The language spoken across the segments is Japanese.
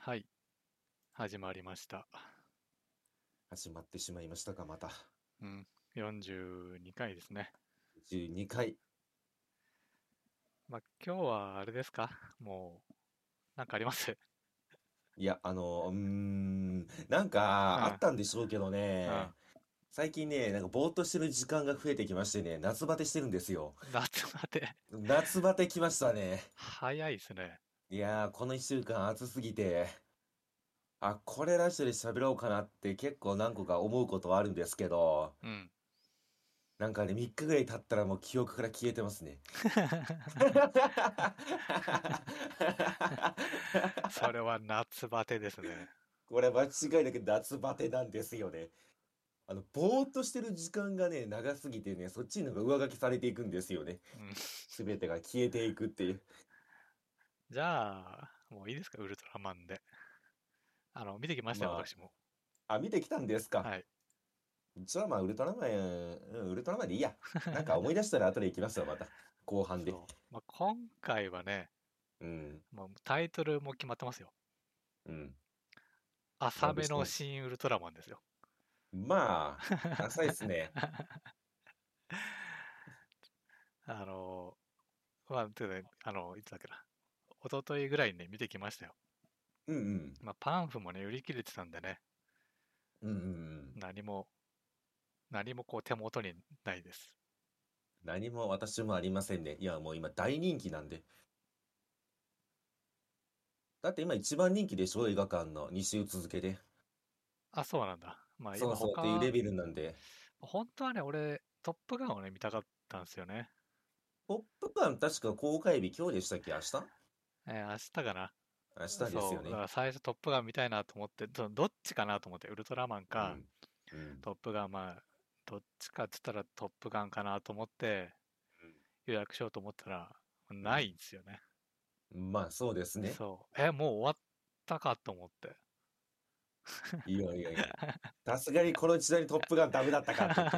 はい、始まりました。 始まってしまいましたか、また。 うん、42回ですね。 12回。 まあ、今日はあれですか？もう、なんかあります？ いや、なんかあっうん、 たんでしょうけどうん。 ね、最近ね、なんかぼーっとしてる時間が増えてきましてね、夏バテしてるんですよ。 夏バテ、 夏バテきましたね。 早いですね。 いやー、この1週間暑すぎて、これラジオで喋ろうかなって結構何個か思うことはあるんですけど、 うん。 なんかね、3日ぐらい経ったらもう記憶から消えてますね。 それは夏バテですね。 これ間違いなく夏バテなんですよね。ぼーっとしてる時間がね、長すぎてね、そっちになんか上書きされていくんですよね。 うん。 すべてが消えていくっていう。 じゃあ、もういいですか？ウルトラマンで。見てきましたよ、 ま私も。 見てきたんですか。 はい。 じゃあウルトラマン、ウルトラマンでいいや。なんか思い出したら後で行きますよ、また。後半で。 そう。まあ、今回はね、 うん、 もうタイトルも決まってますよ。 うん。 浅めのなんでしょ新ウルトラマンですよ。 う。浅いっすね。 あの、まあ、というね、いつだっけな。一昨日ぐらいにね、見てきましたよ。 うんうん。 まあ、パンフもね、売り切れてたんでね、 うんうんうん。 何も、何もこう手元にないです。 何も私もありませんね。いや、もう今大人気なんで。だって今一番人気でしょ、映画館の2週続けで。 あ、そうなんだ。まあ今そうそうっていうレ他、 ベルなんで。 本当はね、俺、トップガンをね、見たかったんですよね。 ポップガン確か公開日今日でしたっけ？明日？ 明日かな。 明日ですよそう、だかね。 ら最初トップガン見たいなと思って、どっちかなと思って、ウルトラマンか、 うん。うん。 トップガン、まあ、どっちかって言ったらトップガンかなと思って、予約しようと思ったら、 うん。 ないんですよね。 まあそうですね。 そう。もう終わったかと思って。 いやいやいや。さすがにこの時代にトップガンダメだったかって言って。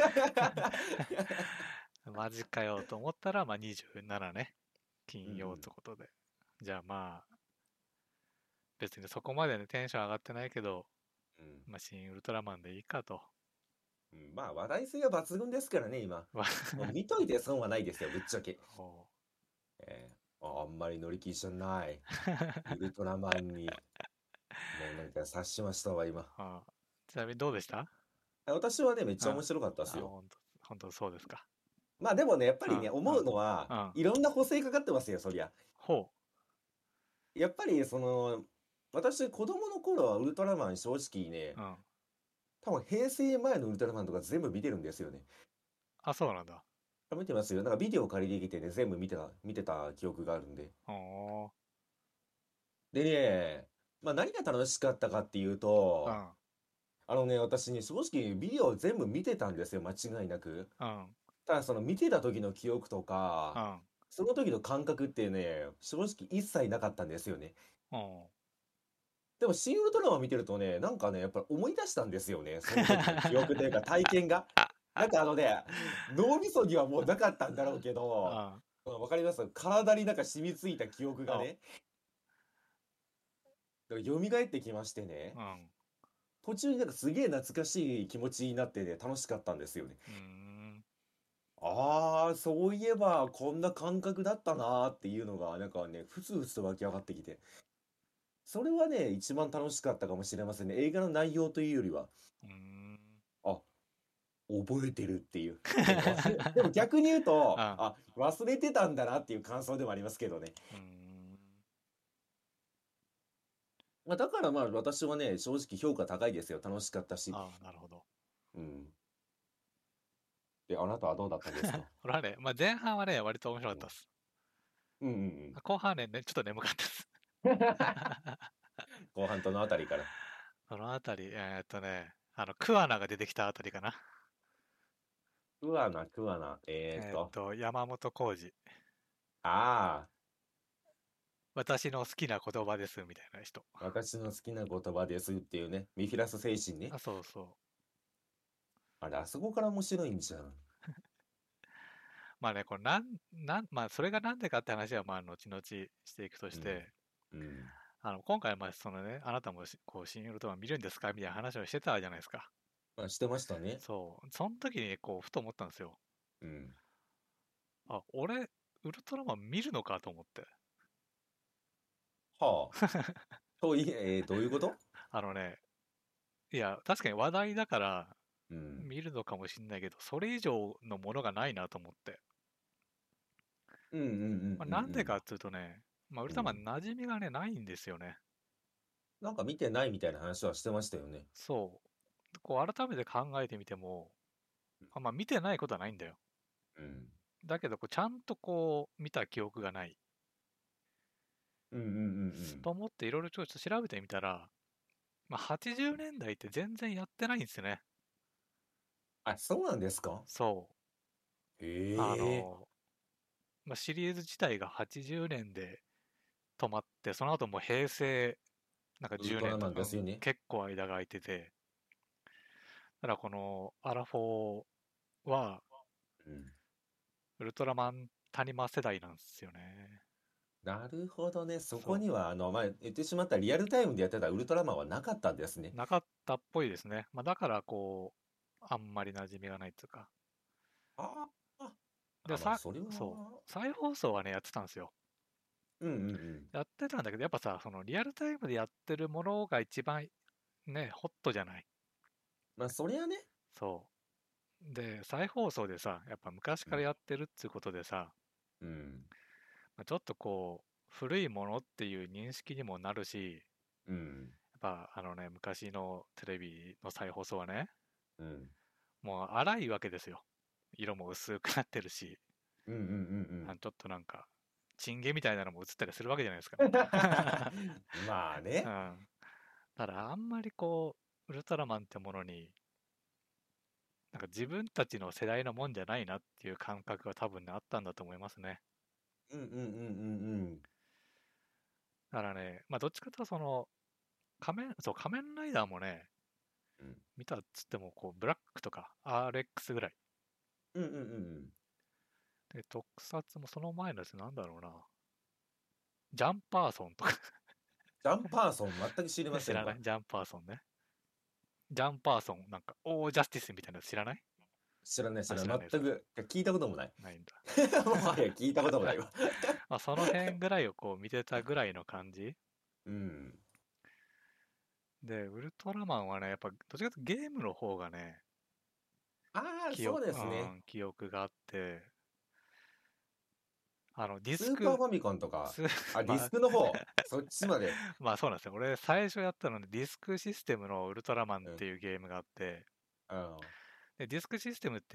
マジかよと思ったら、まあ27ね、金曜うんってことで。じゃあまあ、別にそこまでね、テンション上がってないけど、 うん。 まあ、新ウルトラマンでいいかと。 うん。まあ話題性が抜群ですからね、今。もう見といて損はないですよ、ぶっちゃけ。あんまり乗り気じゃない。ウルトラマンに。もうなんか察しましたわ、今。 ちなみにどうでした？ 私はね、めっちうん。 ゃ面白かったっすよ。 本当そうですか。 まあでもね、やっぱりね、 うん、うん、 思うのは、 うん。 いろんな補正かかってますよ、そりゃ。 ほやっぱり私子供の頃はウルトラマン正直ね、 う。うん。 多分平成前のウルトラマンとか全部見てるんですよね。 あ、そうなんだ。 見てますよ。なんかビデオ借りてきてね、全部見てた記憶があるんで。 ほでね、まあ何が楽しかったかっていうう。うと、 ん、 私ね、正直ビデオ全部見てたんですよ、間違いなく。 うん、 ただその見てた時の記憶とか、 うん、 その時の感覚ってね、正直一切なかったんですよね。 うん。 でも、シン・ウルトラマン見てるとね、なんかね、やっぱり思い出したんですよね。その時の記憶というか体験が。なんか脳みそにはもうなかったんだろうけど、 うん、 わかります？体になんか染みついた記憶がお、 ね、蘇ってきましてね、 うん、 途中になんかすげえ懐かしい気持ちになってね、楽しかったんですよね。 うーん。 そういえばこんな感覚だったなーっていうのが、なんかね、ふつふつと湧き上がってきて。それはね、一番楽しかったかもしれませんね。映画の内容というよりは。 うーん。 あ、覚えてるっていう。でも逆に言うと、 あ、 忘れてたんだなっていう感想でもありますけどね。 うーん。 だから私はね、正直評価高いですよ。楽しかったし。 あ、なるほど。 うん。で、あなたはどうだったんですか？ 俺はね、まあ、前半はね、割と面白かったです。 うんうんうん。 後半はね、ちょっと眠かったです。 後半とのあたりから。 そのあたり、クワナが出てきたあたりかな。 クワナ。 山本浩二。 あ私の好きな言葉です、みたいな人。 私の好きな言葉ですっていうね。ミフィラス精神ね。 あ、そうそう。 あそこから面白いんじゃん。 まあね、まあ、それがなんでかって話は、まあ、後々していくとしうん。 て、 うん。 今回、そのね、あなたもこう、新ウルトラマン見るんですかみたいな話をしてたじゃないですか。 まあ、してましたね。 そう。その時に、こう、ふと思ったんですよ。 うん。 俺、ウルトラマン見るのかと思って。 はあ。どういうこと？ あのね、いや、確かに話題だからうん。 見るのかもしんないけど、それ以上のものがないなと思って。 うんうんうんなんでかうんっていうとね、ウルうん。 トラマンうん。 馴染みがね、ないんですよね。 なんか見てないみたいな話はしてましたよね。 そう。こう、改めて考えてみても、見てないことはないんだよ。 うん。 だけど、ちゃんとこう、見た記憶がない。 うんうんうんうん。 と思っていろいろちょっと調べてみたら、80年代って全然やってないんですよね。 あ、そうなんですか？ そう。あへえ。 の、シリーズ自体が80年で止まって、その後もう平成、10 ウルトラマ年とか、 ンですよね。 結構間が空いてて、だからこのアラフォーは、 うん。 ウルトラマン谷間世代なんですよね。 なるほどね。そこそには、まあ、言ってしまったらリアルタイムでやってたウルトラマンはなかったんですね。 う。なかったっぽいですね。だからこう、あんまり馴染みがないっていうか。 ああ。 で、 まあ、それそは、 う。再放送はね、やってたんですよ。 うんうんうん。 やってたんだけど、やっぱさ、そのリアルタイムでやってるものが一番ね、ホットじゃない。 まあ、そりゃね。 そう。で、再放送でさ、やっぱ昔うん。 からやってるっていうことでさ、 うん。 ちょっとこう、古いものっていう認識にもなるし、 うん。 やっぱ昔のテレビの再放送はね、 うん。 もう荒いわけですよ。色も薄くなってるし、 うんうんうんうん。 ちょっとチンゲみたいなのも映ったりするわけじゃないですか。 まあうね。 ん。ただあんまりこう、ウルトラマンってものに、自分たちの世代のもんじゃないなっていう感覚が多分ね、あったんだと思いますね。 うんうんうんうんだからね、どっちかというと仮面ライダーもね、 うん。 見たっつっても、こう、ブラックとか RX ぐらい。 うんうんうんうん。 で、特撮もその前のやつなんだろうな。ジャンパーソンとかジャンパーソン全く知りま知せんわ。 らないジャンパーソンね。ジャンパーソン、オージャスティスみたいなやつ知らない？ 知らない知らない。 知らないですか？ 全く聞いたこともない。 ないんだ。 もはや聞いたこともないわ。 その辺ぐらいをこう見てたぐらいの感じうん。 で、ウルトラマンはね、やっぱどっちかというとゲームの方がね、 ああ、そうですね。 記憶があって、ディススク、 ーパーファミコンとか、 す、 あ、ディスまクの方、そっちまで。 そうなんですよ。俺最初やったのでディスクシステムのウルトラマンっうん。 ていうゲームがあって、 うん。 で、ディスクシステムって、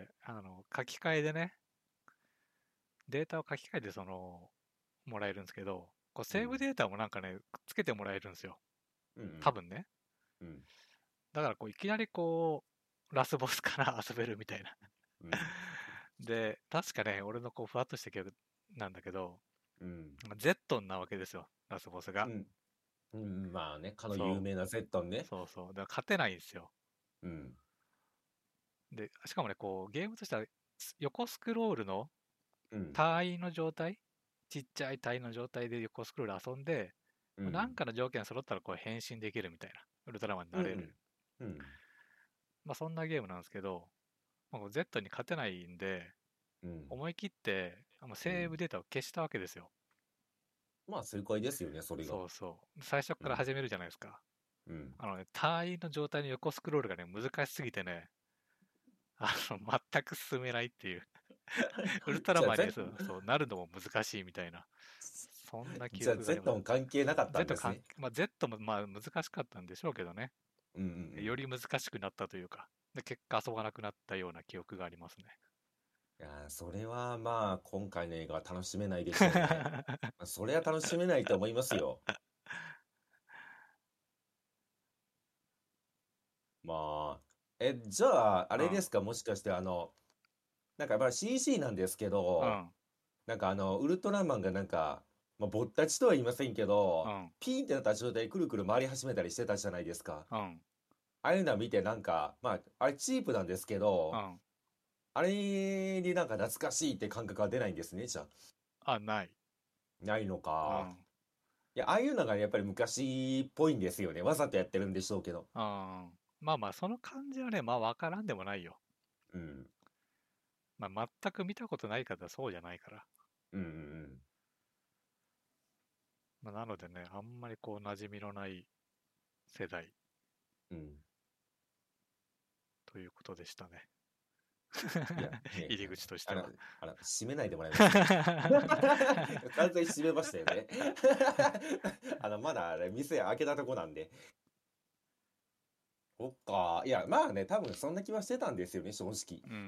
書き換えでね、データを書き換えてもらえるんですけど、こううん。 セーブデータもくっつけてもらえるんですよ。 うん。 多分ね。 うん。 だからこういきなりこう、ラスボスから遊べるみたいな。 うん。 で、確かね、俺のこう、ふわっとした記憶なんだけど、 うん。 ゼットンなわけですよ、ラスボスが。 うん。うん。まあね、かの有そ名なゼットンう、 ね。 そうそう。だから勝てないんですよ。 うん。 で、しかもね、こう、ゲームとしては横スクロールのうん。 隊員の状態、ちっちゃい隊員の状態で横スクロール遊んで、 うん。 なんかの条件揃ったらこう変身できるみたいな、ウルトラマンにうん。 なれる。 うん。 そんなゲームなんですけど、Z に勝てないんで、 うん。 思い切ってうん。 セーブデータを消したわけですよ。 まあ、正解ですよね、それが。 そうそう。最初うん。 から始めるじゃないですか。 うん。 隊員の状態の横スクロールがね、難しすぎてね、全く進めないっていう。ウルトラじゃあ、 マンになるのも難しいみたいな、そんな記じゃあ、 憶があります。 ゼットン関係なかったん Z ですね。 Z も難しかったんでしょうけどね。 うんうんより難しくなったというか、で結果遊ばなくなったような記憶がありますね。 いやー、それはまあ、今回の映画は楽しめないでしょうね。まあそれは楽しめないと思いますよ。まあ、じゃあ、あうん、 れですか、もしかして、なんかやっぱり CG なんですけど、 うん、 なんかウルトラマンがなんか、まあ、ぼったちとは言いませんけど、 うん、 ピーンってなった状態でくるくる回り始めたりしてたじゃないですか。 うん、 ああいうのは見てなんか、まあ、あれチープなんですけど、 うん。 あれになんか懐かしいって感覚は出ないんですね、じゃあ。 ない。 ないのか。 うん。 いや、ああいうのがやっぱり昔っぽいんですよね。わざとやってるんでしょうけど。 うん。まあまあ、その感じはね、まあ分からんでもないよ。 うん。 まあ全く見たことない方はそうじゃないから。 うんうんまあ、なのでね、あんまりこう馴染みのない世代うん。うん。 ということでしたね。 いや、ね、 入り口としては。 締めないでもらえます完全に締めましたよね。まだあれ、店開けたとこなんで。そっか。いや、まあね、多分そんな気はしてたんですよね、正直。 うん。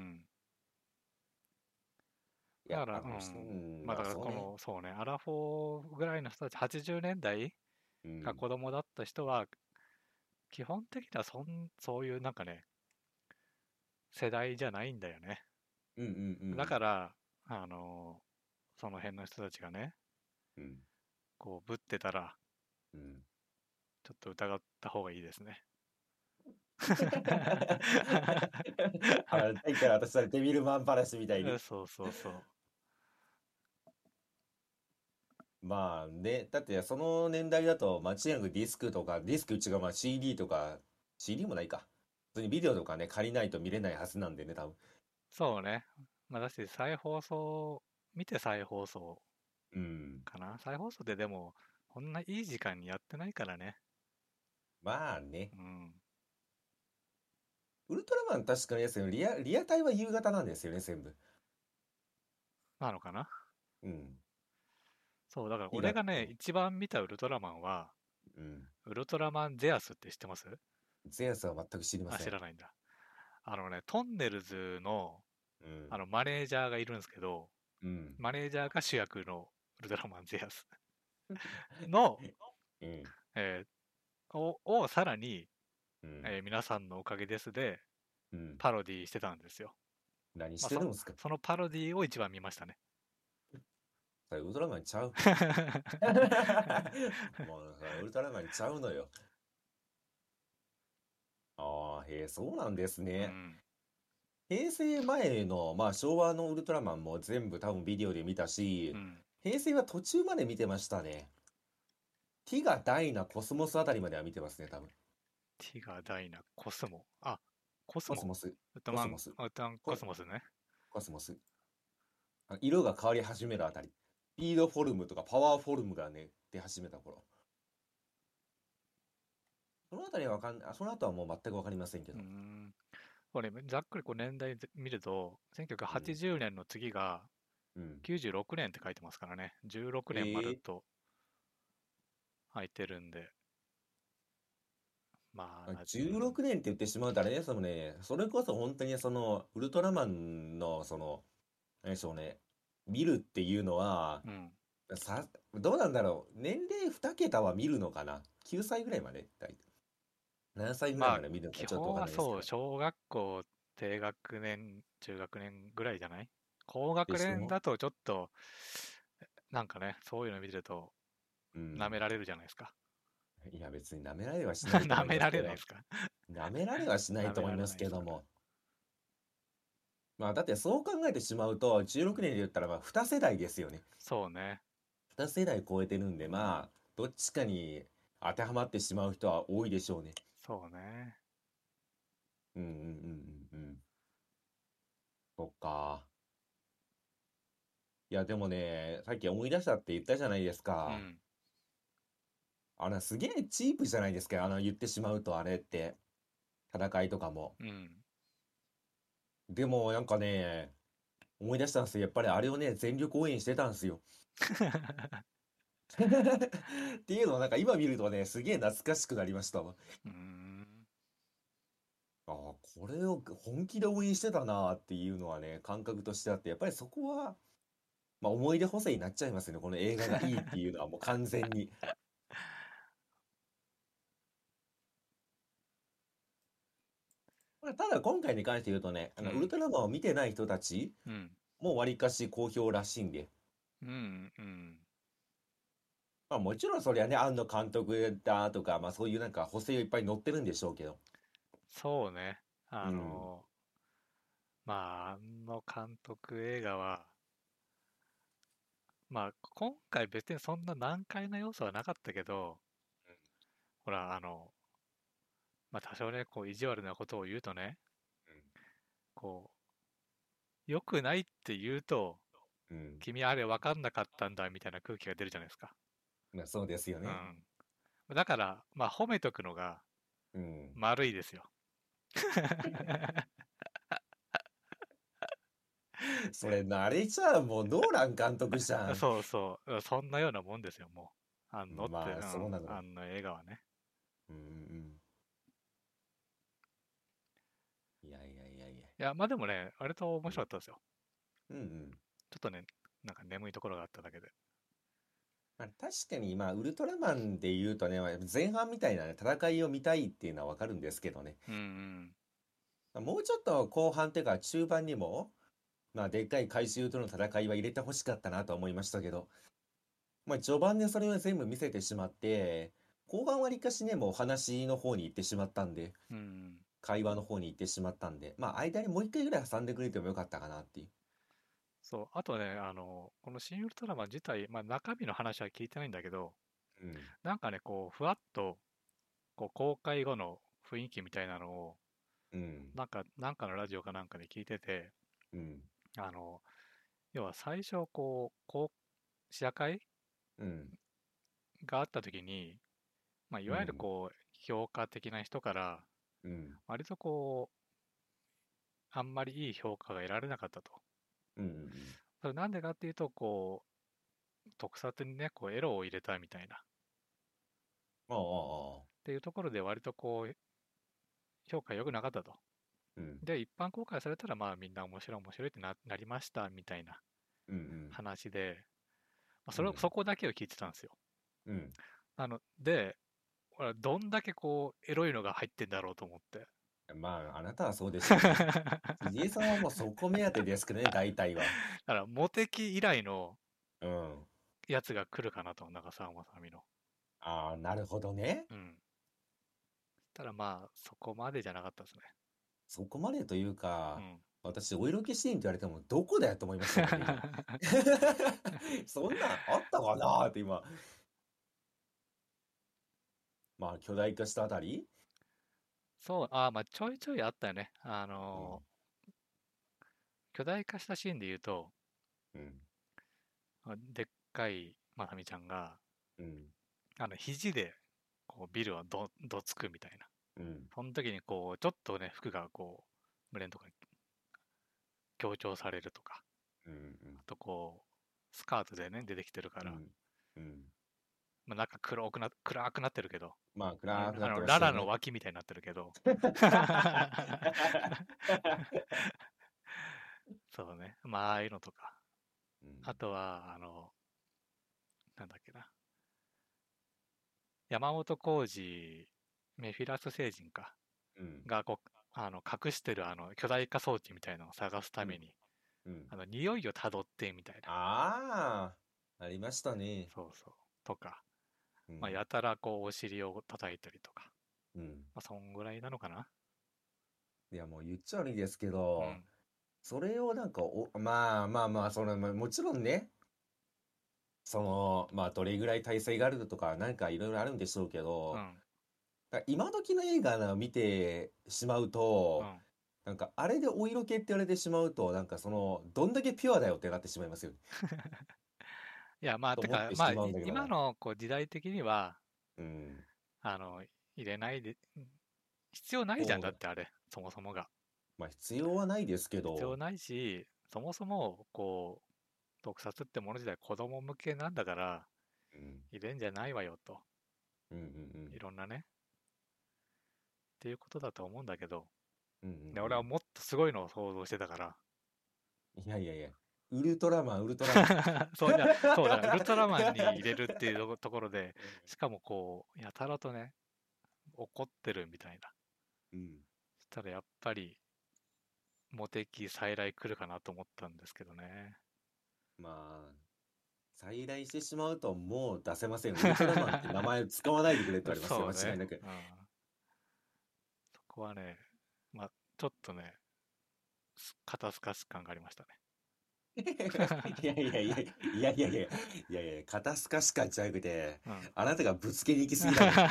いや、 だから、うまあだからそうね。 この、そうね、アラフォーぐらいの人たち、80年代うん。 が子供だった人は、基本的にはそういうなんかね、世代じゃないんだよね。 うんうんうだん。 から、あのその辺の人たちがね、 うん。 こう、ぶってたら、 うん。 ちょっと疑った方がいいですね。 さっきから私はデビルマン話みたいに。 そうそうそまあね、だってその年代だと間違いなくディスクとか、ディスクうちがまあ CD とか、CD もないか。普通にビデオとかね、借りないと見れないはずなんでね、多分。 そうね。まあ、だし、再放送、見て再放送うん。 かな。再放送ってでも、こんないい時間にやってないからね。 まあね。 うん。 ウルトラマン確かにですよ。リアタイは夕方なんですよね、全部。 なのかな。 うん。 そう、だから日が、 俺がね、 うん。 一番見たウルトラマンは、 うん。 ウルトラマンゼアスって知ってます？ ゼアスは全く知りまあ、 せん。 知らないんだ。トンネルズの、 うん。 マネージャーがいるんですけど、 うん。 マネージャーが主役のウルトラマンゼアスの、 うん。 さらに、 うん。 皆さんのおかげですで、 うん。 パロディしてたんですよ。 何しまあ、 てるんですか？ そのパロディを一番見ましたね。 それウルトラマンちゃう。もう、それウルトラマンちゃうのよ。ああ、へえ、そうなんですね。 うん。 平成前の、まあ昭和のウルトラマンも全部多分ビデオで見たし、 うん。 平成は途中まで見てましたね。ティガ、ダイナ、コスモスあたりまでは見てますね、多分。 ティガ、ダイナ、コスモ。あ、コスモコスモス、 ウコスモス、 ルトラマンココ、 スモスね。 コスモス。色が変わり始めるあたり。スピードフォルムとかパワーフォルムがね、出始めた頃。そのあたりはその後はもう全くわかりませんけど。 うん。これ、ざっくりこう年代見ると、 うん。 1980年の次がうん。 96年って書いてますからね。16年まるっええと入ってるんで、まあ、 16年って言ってしまうとあれね、そのね、それこそ本当にその、ウルトラマンのその、何でしょうね、見るっていうのは、 うん。 どうなんだろう。年齢2桁は見るのかな？ 9 歳ぐらいまで大体何歳ぐらいまあ、 まで見るのか基ちょっとわ本はそう、 かんないですけど。 小学校低学年、中学年ぐらいじゃない？高学でしょ？ 年だとちょっと、なんかね、そういうの見てるとうん。 舐められるじゃないですか。 いや、別に舐められはしないと思い舐めらますけど、 れないですか？ 舐められはしない舐めらと思いますれないですか？ けども。まあ、だってそう考えてしまうと、16年で言ったらまあ2世代ですよね。 そうね。 2世代超えてるんで、まあ、どっちかに当てはまってしまう人は多いでしょうね。 そうね。 うんうんうんうんうん。そっか。いや、でもね、さっき思い出したって言ったじゃないですか。 うん。 すげえチープじゃないですか。言ってしまうとあれって。戦いとかも。 うん。 でも、なんかね、思い出したんですよ。やっぱりあれをね、全力応援してたんですよ。っていうのをなんか今見るとね、すげえ懐かしくなりましたわ。 うーん。 ああ、これを本気で応援してたなっていうのはね、感覚としてあって、やっぱりそこは、まあ思い出補正になっちゃいますよね。この映画がいいっていうのはもう完全に。まあ、ただ今回に関して言うとね、ウルうん。 トラマンを見てない人たちうん。 もわりかし好評らしいんで、 うん。うん。 まあもちろんそりゃね、庵野監督だとか、まあそういうなんか補正いっぱい載ってるんでしょうけど、 そうね。 うん、 まあ、監督映画は、 まあ、今回別にそんな難解な要素はなかったけど、ほら、まあ、多少ね、こう、意地悪なことを言うとね、こう、良くないって言うと、 うん。 君あれ分かんなかったんだみたいな空気が出るじゃないですか。 まあ、そうですよね。 うん。だから、まあ、褒めとくのがうん。 丸いですよ。 それ慣れちゃう、もうノーラン監督じゃん。 そうそう。そんなようなもんですよ、もう。あんのって、 まあ、そうなのか。 あんの映画はね。 うんうん。いやいやいやいや。 いや、まあでもね、あれと面うん。 白かったですよ。 うんうん。 ちょっとね、なんか眠いところがあっただけで。 まあ、確かに、まあ、ウルトラマンで言うとね、前半みたいなね、戦いを見たいっていうのはわかるんですけどね。 うんうん。 まあもうちょっと後半っていうか中盤にも、まあ、でっかい怪獣との戦いは入れてほしかったなと思いましたけど、まあ、序盤でそれを全部見せてしまって、後半わりかしね、もうお話の方に行ってしまったんで、 うんうん。 会話の方に行ってしまったんで、まあ、間にもう一回ぐらい挟んでくれてもよかったかなっていう。 そう。あとね、この新ウルトラマン自体、まあ中身の話は聞いてないんだけど、 うん。 なんかね、こう、ふわっと、こう、公開後の雰囲気みたいなのを、 うん。 なんかのラジオかなんかで聞いてて、 うん。 あの、要は最初、試写会うん。 があった時に、まあ、いわゆるうん。 こう、評価的な人から、 うん。 割とこう、あんまりいい評価が得られなかったと。 うん。うん。 それなんでかっていうと、こう、特撮にね、こう、エロを入れたみたいな。っああ、ああ。 ていうところで割とこう、評価良くなかったと。 うん。 で、一般公開されたら、まあみんな面白いってなりましたみたいなうん。 話で、まあ、 うん。 そこだけを聞いてたんですよ。 うん。 で、ほらどんだけこう、エロいのが入ってんだろうと思って。 まあ、あなたはそうでしょうね。藤井さんはもうそこ目当てですけどね、大体は。 だから、モテ期以来のうん。 やつが来るかなと、長澤まさみの。 ああ、なるほどね。 うん。ただまあ、そこまでじゃなかったですね。 そこまでというか、 うん。 私、お色気シーンって言われても、どこだよと思いましたもんね、今。そんなんあったかなって今。まあ、巨大化したあたり。 そう、まあ、ちょいちょいあったよね。 うん。 巨大化したシーンで言うと、 うん。 でっかいまさみちゃんが、 うん。 肘で、こう、ビルをどつくみたいな。 うん。 その時に、こう、ちょっとね、服がこう、胸のところに強調されるとか、 うん。 あとこう、スカートでね、出てきてるから、 うん。うん。 まあ、なんか暗くなってるけど、 まあ、暗くなってましララのたよね。 脇みたいになってるけど、そうね。まあ、ああいうのとか。 うん。 あとは、なんだっけな。山本浩二、メフィラス星人か。 うん。 が、こう、隠してる巨大化装置みたいなのを探すうん。 ために、 うん。 匂いをたどってみたいな。 ああ、ありましたね。 そうそう。とか、まあ、 うん。 やたらこう、お尻を叩いたりとか。 うん。 まあ、そんぐらいなのかな。 いや、もう言っちゃ悪いですけど、 うん。 それをなんかまあまあまあ、まあもちろんね、まあ、どれぐらい体制があるとか、なんかいろいろあるんでしょうけど、 うん。 今時の映画を見てしまうと、 うん。 なんか、あれでお色気って言われてしまうと、なんかどんだけピュアだよってなってしまいますよね。 いや、まあ、 とてか、 思ってしまうんだけどな。 今のこう時代的には、 うん。 あの、入れないで、必要ないじゃん、だそう。 ってあれ、そもそもが。 まあ、必要はないですけど、 必要ないし、そもそも、こう、特撮ってもの自体子供向けなんだから、 うん。 入れんじゃないわよと。 うんうんいろんなね。っていうことだと思うんだけど、 うん。うんで、 うん俺はもっとすごいのを想像してたから。 うん。いやいやいや、ウルトラマン、ウルトラマン。 そう、そうだから、ウルトラマンに入れるっていうところで、しかもこう、やたらとね、怒ってるみたいな。 うん。 そしたらやっぱり、モテ期再来来るかなと思ったんですけどね。 まあ、再来してしまうともう出せません。ウルトラマンって名前使わないでくれって言われますよ、 そうね。 間違いなく。 うん。そこはね、まあ、ちょっとね、肩透かし感がありましたね。 いやいやいやいやいやいやいやいや、肩透かしかじゃなくて、 うん。 あなたがぶつけに行き過ぎなのよ。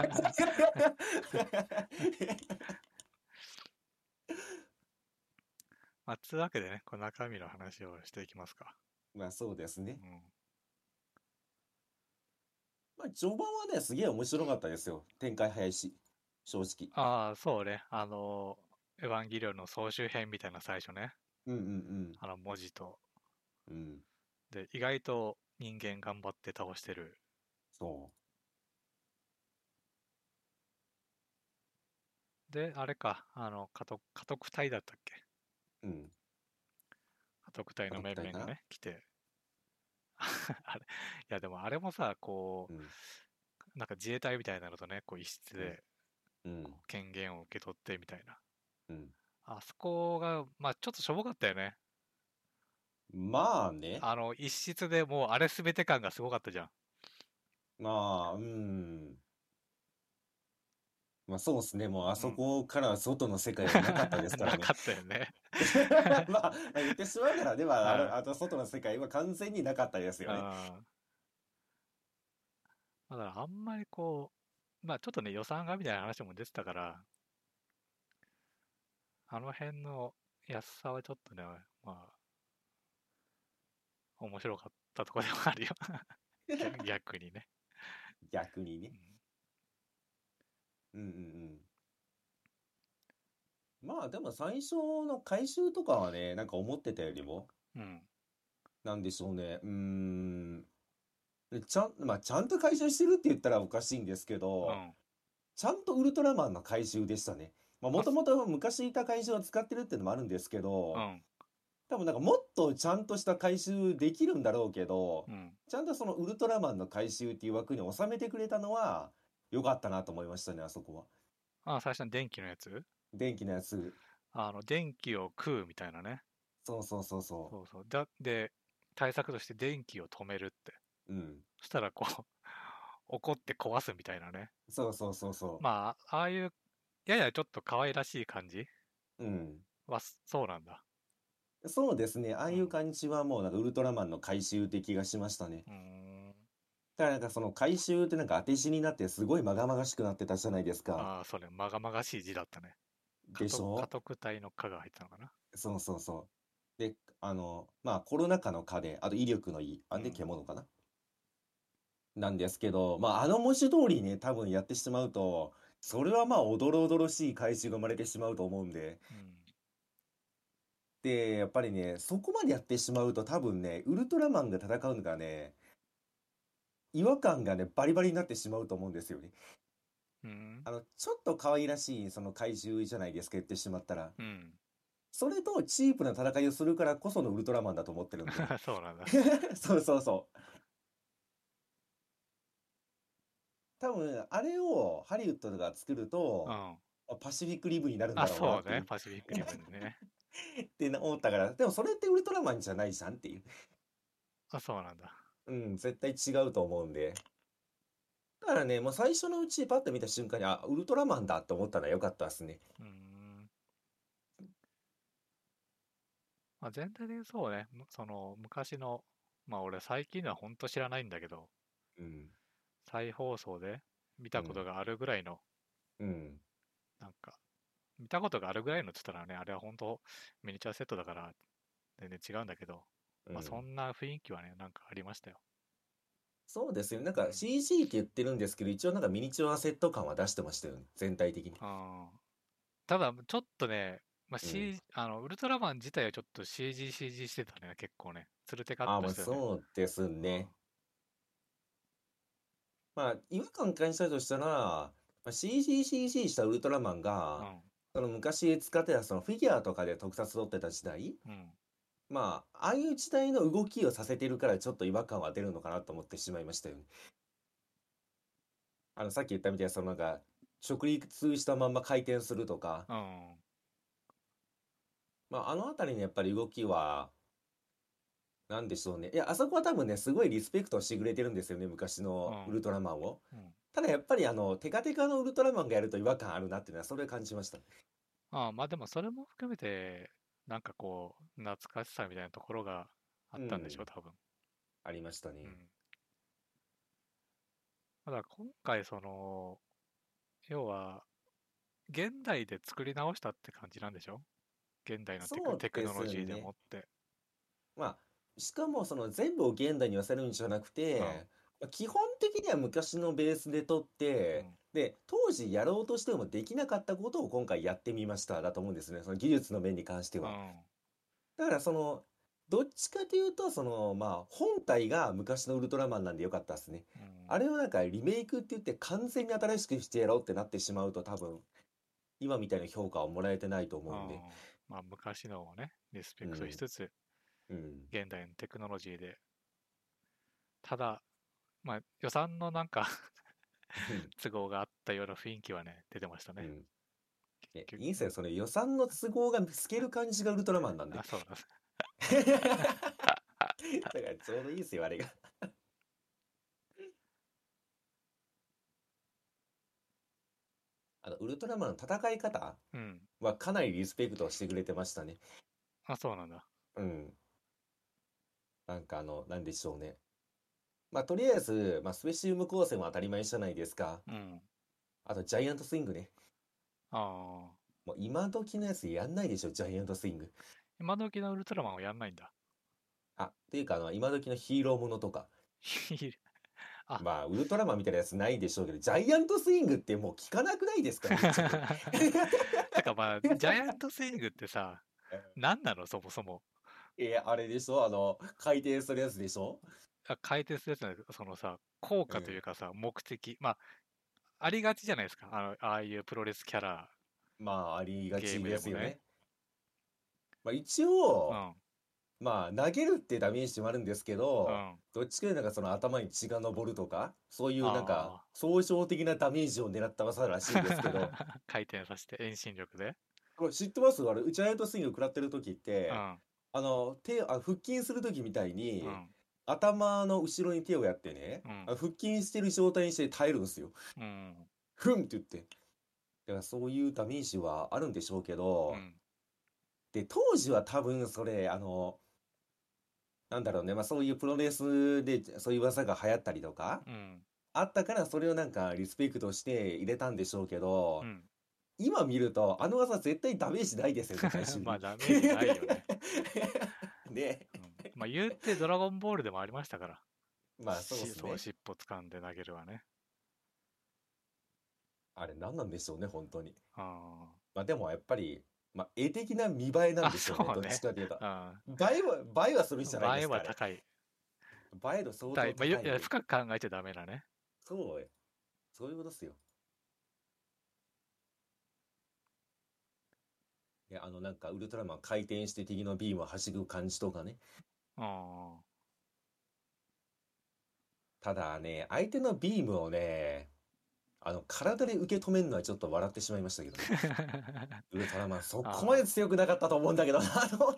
まあ、つうわけでね、この中身の話をしていきますか。 まあそうですね。 うん。 まあ序盤はね、すげえ面白かったですよ。展開早いし、正直。 ああ、そうね。エヴァンゲリオンの総集編みたいな最初ね。 うんうん文字と。 うん。うん。 で、意外と人間頑張って倒してる。 そで、あれか、家督隊だったっけ？ う。うん。 家督隊家の督隊かな。 面々がね、来て。あれ、いやでもあれもさ、 うん。 なんか自衛隊みたいなのとね、こう一室うん。 でうん。 こう権限を受け取ってみたいな。 うん。 あそこが、まあちょっとしょぼかったよね。 まあね。 一室でもうあれすべて感がすごかったじゃん。 まあ、うん。まあそうですね。もうあそうん。 こから外の世界はなかったですからね。 なかったよね。 まあ言ってしまうなら、では、 うん。 あと外の世界は完全になかったですよね。 あだからあんまりまあちょっとね予算がみたいな話も出てたから、あの辺の安さはちょっとね、まあ面白かったところではあるよ。逆にね。 逆にね。 ううんうんうん。まあでも最初の回収とかはね、なんか思ってたよりも、 ん。うん。 なんでしょうね。まあちゃんと回収してるって言ったらおかしいんですけど、 うん。 ちゃんとウルトラマンの回収でしたね。まあもあ、 ともと昔いた回収を使ってるっていうのもあるんですけど、 うん。 多分なんかもっとちゃんとした回収できるんだろうけど、 うん。 ちゃんとそのウルトラマンの回収っていう枠に収めてくれたのは良かったなと思いましたね、あそこは。 最初の電気のやつ。 電気のやつ。 電気を食うみたいなね。 そうそうそうそそうそう。で、対策として電気を止めるって。 う。うん。 そしたら怒って壊すみたいなね。 そうそうそうそまあ、ああいう、ややちょっと可愛らしい感じう。うん。 は、そうなんだ。 そうですね。ああうん。 いう感じはもうなんかウルトラマンの回収って気がしましたね。 うーん。 だからなんかその回収ってなんか当て字になってすごいまがまがしくなってたじゃないですか。 それ、まがまがしい字だったね。家でしょ？ 督隊の「家」が入ってたのかな。 そうそうそう。で、まあコロナ禍の禍で、あと威力の威、あんでうん。 獣かななんですけど、まああの文字通りね、多分やってしまうと、それはまあおどろおどろしい回収が生まれてしまうと思うんで。 うん。 で、やっぱりね、そこまでやってしまうと多分ね、ウルトラマンが戦うのがね、違和感がね、バリバリになってしまうと思うんですよね。 うん。 ちょっと可愛らしいその怪獣じゃないですか、言ってしまったら。 うん。 それとチープな戦いをするからこそのウルトラマンだと思ってるんで。 そうなんだ。 そうそうそう。多分、あれをハリウッドが作ると、 うん。 パシフィックリブになるんだろうなそうね。 っていう。 パシフィックリムにね。 って思ったから、でもそれってウルトラマンじゃないじゃんっていう。 そうなんだ。 うん、絶対違うと思うんで。だからね、もう最初のうちパッと見た瞬間に、あ、ウルトラマンだって思ったのは良かったですね。 うーん。まあ、全体的にそうね。昔の、まあ俺最近のは本当知らないんだけど、 うん、 再放送で見たこうん、 とがあるぐらいの、 うん、 なんか、見たことがあるぐらいのって言ったらね、あれは本当ミニチュアセットだから全然違うんだけど、まあそうん。 んな雰囲気はね、なんかありましたよ。 そうですよ。なんかうん。 CG って言ってるんですけど、一応なんかミニチュアセット感は出してましたよね。全体的に。 ただ、ちょっとね、まあ、 うん。 ウルトラマン自体はちょっと CG してたね、結構ね。つるてかっああ、まあとしてたね。 そうですうん。 ね。まあ、違和感感じたとしたら、まあ、CGCG したウルトラマンが、 うん。 その昔使ってたそのフィギュアとかで特撮撮ってた時代、 うん。 まあ、ああいう時代の動きをさせてるからちょっと違和感は出るのかなと思ってしまいましたよね。さっき言ったみたいに、そのなんか、直立したまんま回転するとか、 うん。 まあ、あのあたりのやっぱり動きは、なんでしょうね。いや、あそこは多分ね、すごいリスペクトしてくれてるんですよね、昔うん。 のウルトラマンを。 うん。 ただやっぱりテカテカのウルトラマンがやると違和感あるなっていうのは、それを感じました。 まあでもそれも含めて、 なんかこう、懐かしさみたいなところがあったんでしょ、多分。 ありましたね。 ただ今回要は、現代で作り直したって感じなんでしょ、現代のそうでテクノロジーですね。 もって。 まあ、しかもその全部を現代に寄せるんじゃなくうん。 て、基本的には昔のベースで撮って、 うん。 で、当時やろうとしてもできなかったことを今回やってみましただと思うんですね。その技術の面に関しては。 うん。 だからどっちかというと、まあ、本体が昔のウルトラマンなんでよかったですね。 うん。 あれをなんかリメイクって言って完全に新しくしてやろうってなってしまうと多分、今みたいな評価をもらえてないと思うんで。 まあ、昔のをね、リスペクトしうん。 つつ、 うん。 現代のテクノロジーで、ただ、まあ、予算のなんか都合があったような雰囲気はね、出てましたね。 うん。 結局、 いいんすよ。その予算の都合が透ける感じがウルトラマンなんで。 あ、そうなんです。 だからちょうどいいですよ、あれが。ウルトラマンの戦い方うん。 はかなりリスペクトしてくれてましたね。 あ、そうなんだ。 うん。なんかなんでしょうね。まあ、とりあえず、まあ、スペシウム光線は当たり前じゃないですか。 うん。 あと、ジャイアントスイングね。 ああ。 もう今時のやつやんないでしょ、ジャイアントスイング。 今時のウルトラマンはやんないんだ。 っていうか、今時のヒーローものとか。 あ、 まあ、ウルトラマンみたいなやつないでしょうけど、ジャイアントスイングってもう聞かなくないですか、ぶっちゃけ。 てかまあ、ジャイアントスイングってさ、何なのそもそも。 あれでしょ回転するやつでしょ。 回転するやつのそのさ、効果といううん。 かさ、目的。まあ、ありがちじゃないですか。ああいうプロレスキャラ、 まあ、ありがゲーちムでもね。 ですよね。まあ、一応、 うん。 まあ、投げるってダメージもあるんですけど、 うん。 どっちかというとなんかその頭に血が上るとか、そういうなんか、 あ総称的なダメージを狙った技らしいんですけど、 あ。回転させて遠心力で。 これ知ってますジャイアントスイング食らってる時って、 うん。 腹筋する時みたいに、 うん。 頭の後ろに手をやってね、 うん。 腹筋してる状態にして耐えるんですよ。 うん。 ふんって言って。だからそういうダメージはあるんでしょうけど、 うん。 で、当時は多分それ、なんだろうね、まあそういうプロレスでそういう技が流行ったりとか、 うん。 あったからそれをなんかリスペクトして入れたんでしょうけど、 うん。 今見るとあの技絶対ダメージないですよね、回収まあ、 に。 ダメージないよね。 ね。 うん。まあ、言うてドラゴンボールでもありましたから。 まあそうですそう、 ね。 尻尾掴んで投げるわね。 あれ何なんでしょうね、本当に。 あまあでもやっぱり、まあ絵的な見栄えなあ。あ、 んでしょうね、どっちそうね。 かというと。 うん。 映えはするじゃないで映えすか、あれ。 は高い。 映え度相当まあ、いや、 高いんで。 深く考えちゃダメだね。 そう、そういうことっすよ。いや、なんかウルトラマン回転して敵のビームを弾く感じとかね。 うん。 ただね、相手のビームをね、体で受け止めるのはちょっと笑ってしまいましたけどね。ウルトラマンそこまであ強くなかったと思うんだけどな、と思って。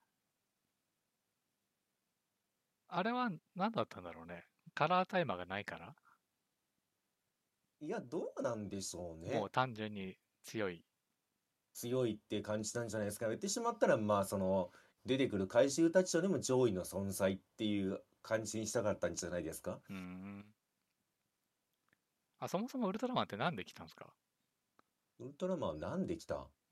あ。あれは何だったんだろうね。カラータイマーがないから、 いや、どうなんでしょうね。 もう単純に強い。 強いって感じたんじゃないですか。言ってしまったら、まあ、出てくる怪獣たちよりも上位の存在っていう感じにしたかったんじゃないですか。 うーん。あ、そもそもウルトラマンってなんで来たんですか？ ウルトラマンはなんで来た？ うん。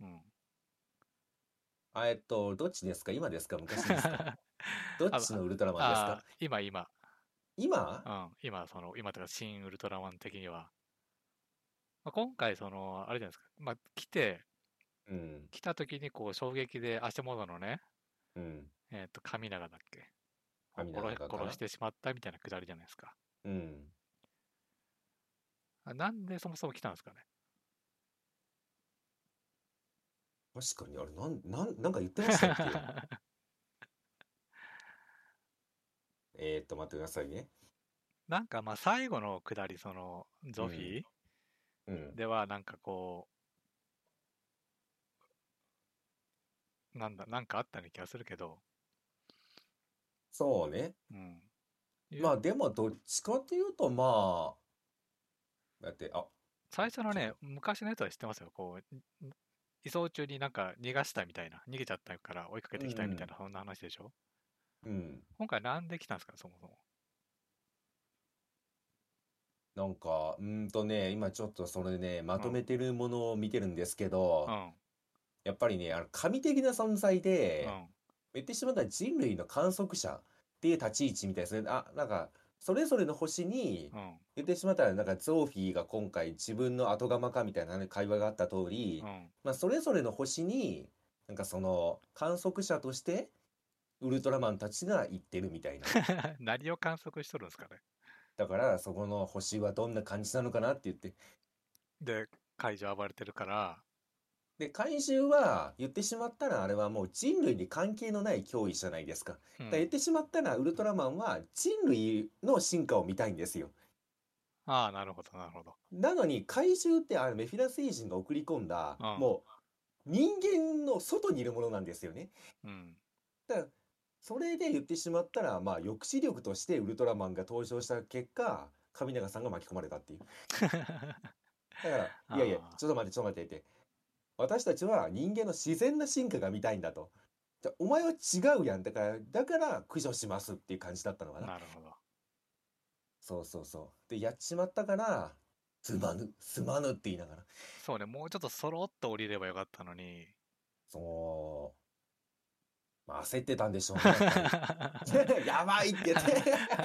どっちですか？今ですか？昔ですか？どっちあ、 のウルトラマンですか？ あ、今。 今？ うん。今とか新ウルトラマン的には。まあ、今回、あれじゃないですか。まあ、 うん、 来た時にこう衝撃で足元のね、 うん。 神長だっけを神長かな。 殺してしまったみたいなくだりじゃないですか。 うん。 なんでそもそも来たんですかね。 確かに、あれ、なんか言ってましたっけ？待ってくださいね。 なんかまあ最後のくだり、ゾフうん、 ィーうん。 ではなんかこなんかあったような気がするけど、 そうね。 うん。 まあ、でも、どっちかっていうと、まあ、だって、 最初のね、 ちょっと、 昔のやつは知ってますよ。 移送中になんか逃がしたみたいな、逃げちゃったから追いかけうてきたみたいん。 な、そんな話でしょ。 うん。 今回なんで来たんですかね、そもそも。 なんか、今ちょっとそれね、まうん。 とめてるものを見てるんですけど、 うん。 やっぱりね、神的な存在で、 うん。 言ってしまったら人類の観測者っていう立ち位置みたいですね。なんか、それぞれの星に、 うん。 言ってしまったら、なんかゾーフィーが今回自分の後釜かみたいなね会話があった通り、 うん。 まあ、それぞれの星に、なんかその観測者として、ウルトラマンたちが行ってるみたいな。 何を観測しとるんですかね。 だから、そこの星はどんな感じなのかなって言って。 で、怪獣暴れてるから、 で、怪獣は言ってしまったら、あれはもう人類に関係のない脅威じゃないですか。だから言っうん。 てしまったら、ウルトラマンは人類の進化を見たいんですよ。 ああ、なるほど、なるほど。 なのに、怪獣ってあれメフィラス星人が送り込んだ、 うん。 もう人間の外にいるものなんですよね。 うん。 だから、それで言ってしまったら、まあ、抑止力としてウルトラマンが登場した結果、神永さんが巻き込まれたっていう。だから、いやいや、 あちょっと待って、ちょっと待ってって。私たちは人間の自然な進化が見たいんだと。じゃあ、お前は違うやん。だから駆除しますっていう感じだったのかあ、 な。 なるほど。 そうそうそう。で、やっちまったから、すまぬ、すまぬって言いながら。 そうね、もうちょっとそろっと降りればよかったのに。 そう、まあ、焦ってたんでしょうね、やっぱり。やばいって言って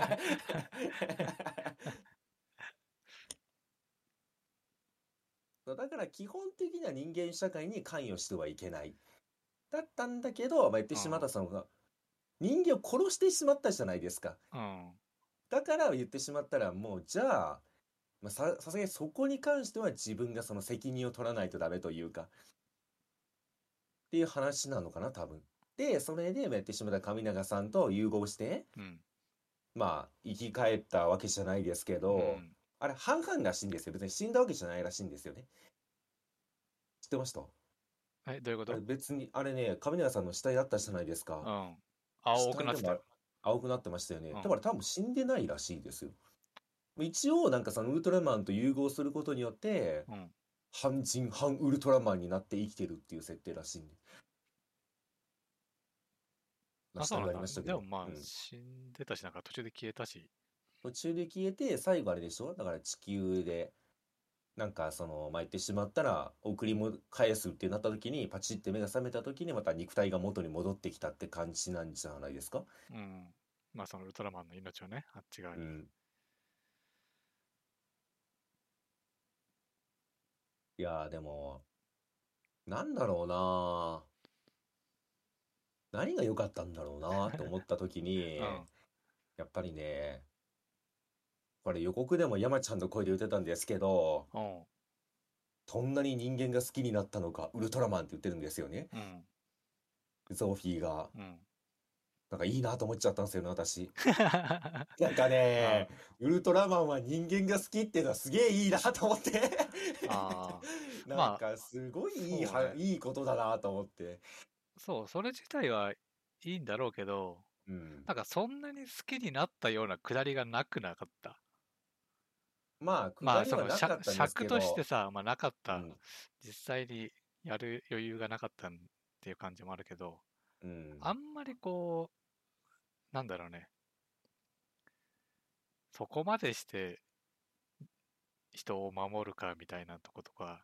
そうだから基本的には人間社会に関与してはいけない。だったんだけど、まあ、言ってしまったその人間を殺してしまったじゃないですか。 うん。うん。 だから言ってしまったらもうじゃあ、まあ、さすがにそこに関しては自分がその責任を取らないとダメというかっていう話なのかな多分。でそれでやってしまった神永さんと融合してうん。 まあ生き返ったわけじゃないですけど、 うん。 あれ半々らしいんですよ。別に死んだわけじゃないらしいんですよね。知ってました？ え、どういうこあれと？ 別にあれね、神永さんの死体だったじゃないですか。 うん。青くなってたよ。 死体でも青くなってましたよね。 うん。 だから多分死んでないらしいですよ。一応なんかそのウルトラマンと融合することによってうん。 半人半ウルトラマンになって生きてるっていう設定らしいんで。まああ、 死体がありそうなんだ。 ましたけど。 でもまあ、 うん。 死んでたし、なんか途中で消えたし。 途中で消えて、最後あれでしょだから地球で、なんかその、まあ、言ってしまったら、送りも返すってなった時に、パチって目が覚めた時に、また肉体が元に戻ってきたって感じなんじゃないですか？ うん。まあ、そのウルトラマンの命をね、あっち側に。 うん。いやー、でも、なんだろうな何が良かったんだろうなと思った時に、 うん。 やっぱりね、これ予告でも山ちゃんの声で言ってたんですけど、 うん。 そんなに人間が好きになったのか、ウルトラマンって言ってるんですよね。 うん。 ゾフィーが。 うん。 なんかいいなと思っちゃったんですよね、私。なんかあね、ウルトラマンは人間が好きっていうのはすげえいいなと思ってあ。 なんまあ、 かすごいそうね。 いいことだなと思って。 そう、それ自体はいいんだろうけど、 うん。 なんかそんなに好きになったようなくだりがなかった。 まあ、 まあ、 下りはなかったんです尺けど、 としてさ、まあなかった。 うん、 実際にやる余裕がなかったっていう感じもあるけど、 うん、 あんまりこう、なんだろうね。そこまでして人を守るかみたいなとことか、 うん。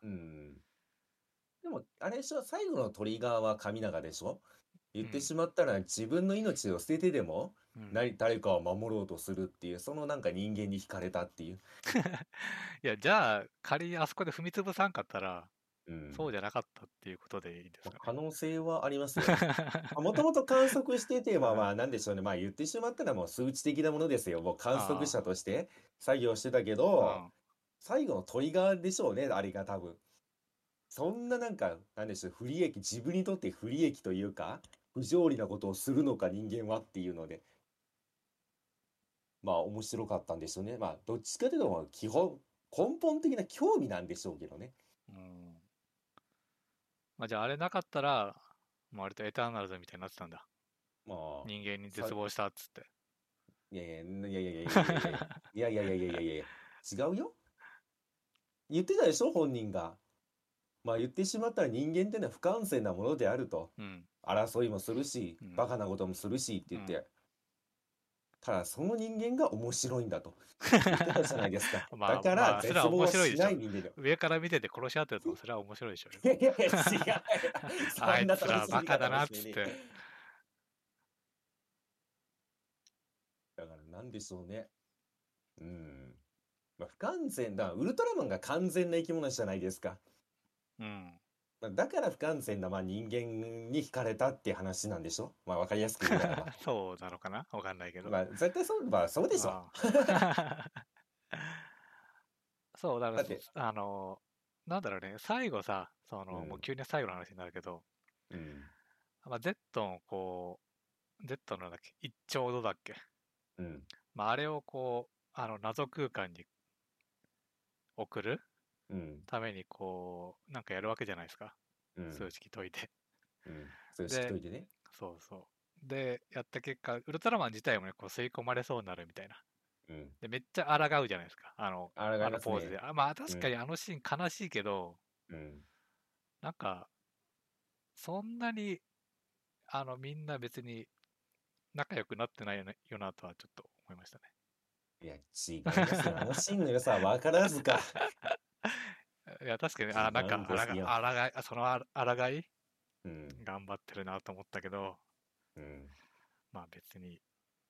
でも、あれでしょ、最後のトリガーは神永でしょ？言ってうん、 しまったら自分の命を捨ててでも、 うん。 誰かを守ろうとするっていう、そのなんか人間に惹かれたっていう。 いや、じゃあ、仮にあそこで踏み潰さんかったら、 うん。 そうじゃなかったっていうことでいいんですかね。 可能性はありますよね。もともと観測してて、まあ、なんでしょうね。まあ、言ってしまったらもう数値的なものですよ。もう観測あ者として作業してたけあ、 ど、最後のトリガーでしょうね、あれが多分。そんななんか、なんでしょう、不利益、自分にとって不利益というか、不条理なことをするのか人間はっていうので、まあ面白かったんでしょうね。まあ、どっちかというと、根本的な興味なんでしょうけどね。 うん。うん。まあ、じゃあ、あれなかったら、もう割とエターナルズみたいになってたんだ。 まあ、 人間にさ、 絶望したっつって。 いやいや、いやいやいやいやいやいやいやいやいやいやいやいやいや違うよ。言ってたでしょ、本人が。 まあ言ってしまったら人間ってのは不完全なものであると。 うん。 争いもするし、バカなこともするしって言って、ただその人間が面白いんだと言ってたじゃないですか。だからそれは絶望はし面白いでしょ。 ない人間だ。 上から見てて殺し合ってるとそれは面白いでしょ。 いやいやいや、違う。そんなあいつら楽しみ方バカだなはしねえ。 っつって。 だからなんでしょうね。うん。まあ、不完全だ。ウルトラマンが完全な生き物じゃないですか。 うん。 まあだから不完全なまあ人間に惹かれたっていう話なんでしょ。まあわかりやすく言うならば。 そうなのかなわかんないけど。 まあ絶対そう、まあそうでしょ。 あそう、だからだって、 なんだろうね、最後さ、もううん、 急に最後の話になるけど、 うん、 まあ、Z のZ のなんだっけ、一丁度だっけ。 うん、 まあ、あれを謎空間に送るうん、 ためになんかやるわけじゃないですか。 うん、 数式解いて。 うん。それ知っで、 といてね。 そうそう。で、やった結果、ウルトラマン自体もね、吸い込まれそうになるみたいな。 うん。 で、めっちゃ抗うじゃないですか。 抗いあのますね。 ポーズで。まあ、 うん、 確かにあのシーン悲しいけど、 うん。 なんか、そんなに、みんな別に仲良くなってないよなとはちょっと思いましたね。 いや、違いますよ。あのシーンの良さは分からずか。 いや、確かに、 違なんか、 うんですよ。 抗いうん、 頑張ってるなと思ったけど、 うん。 まあ別に。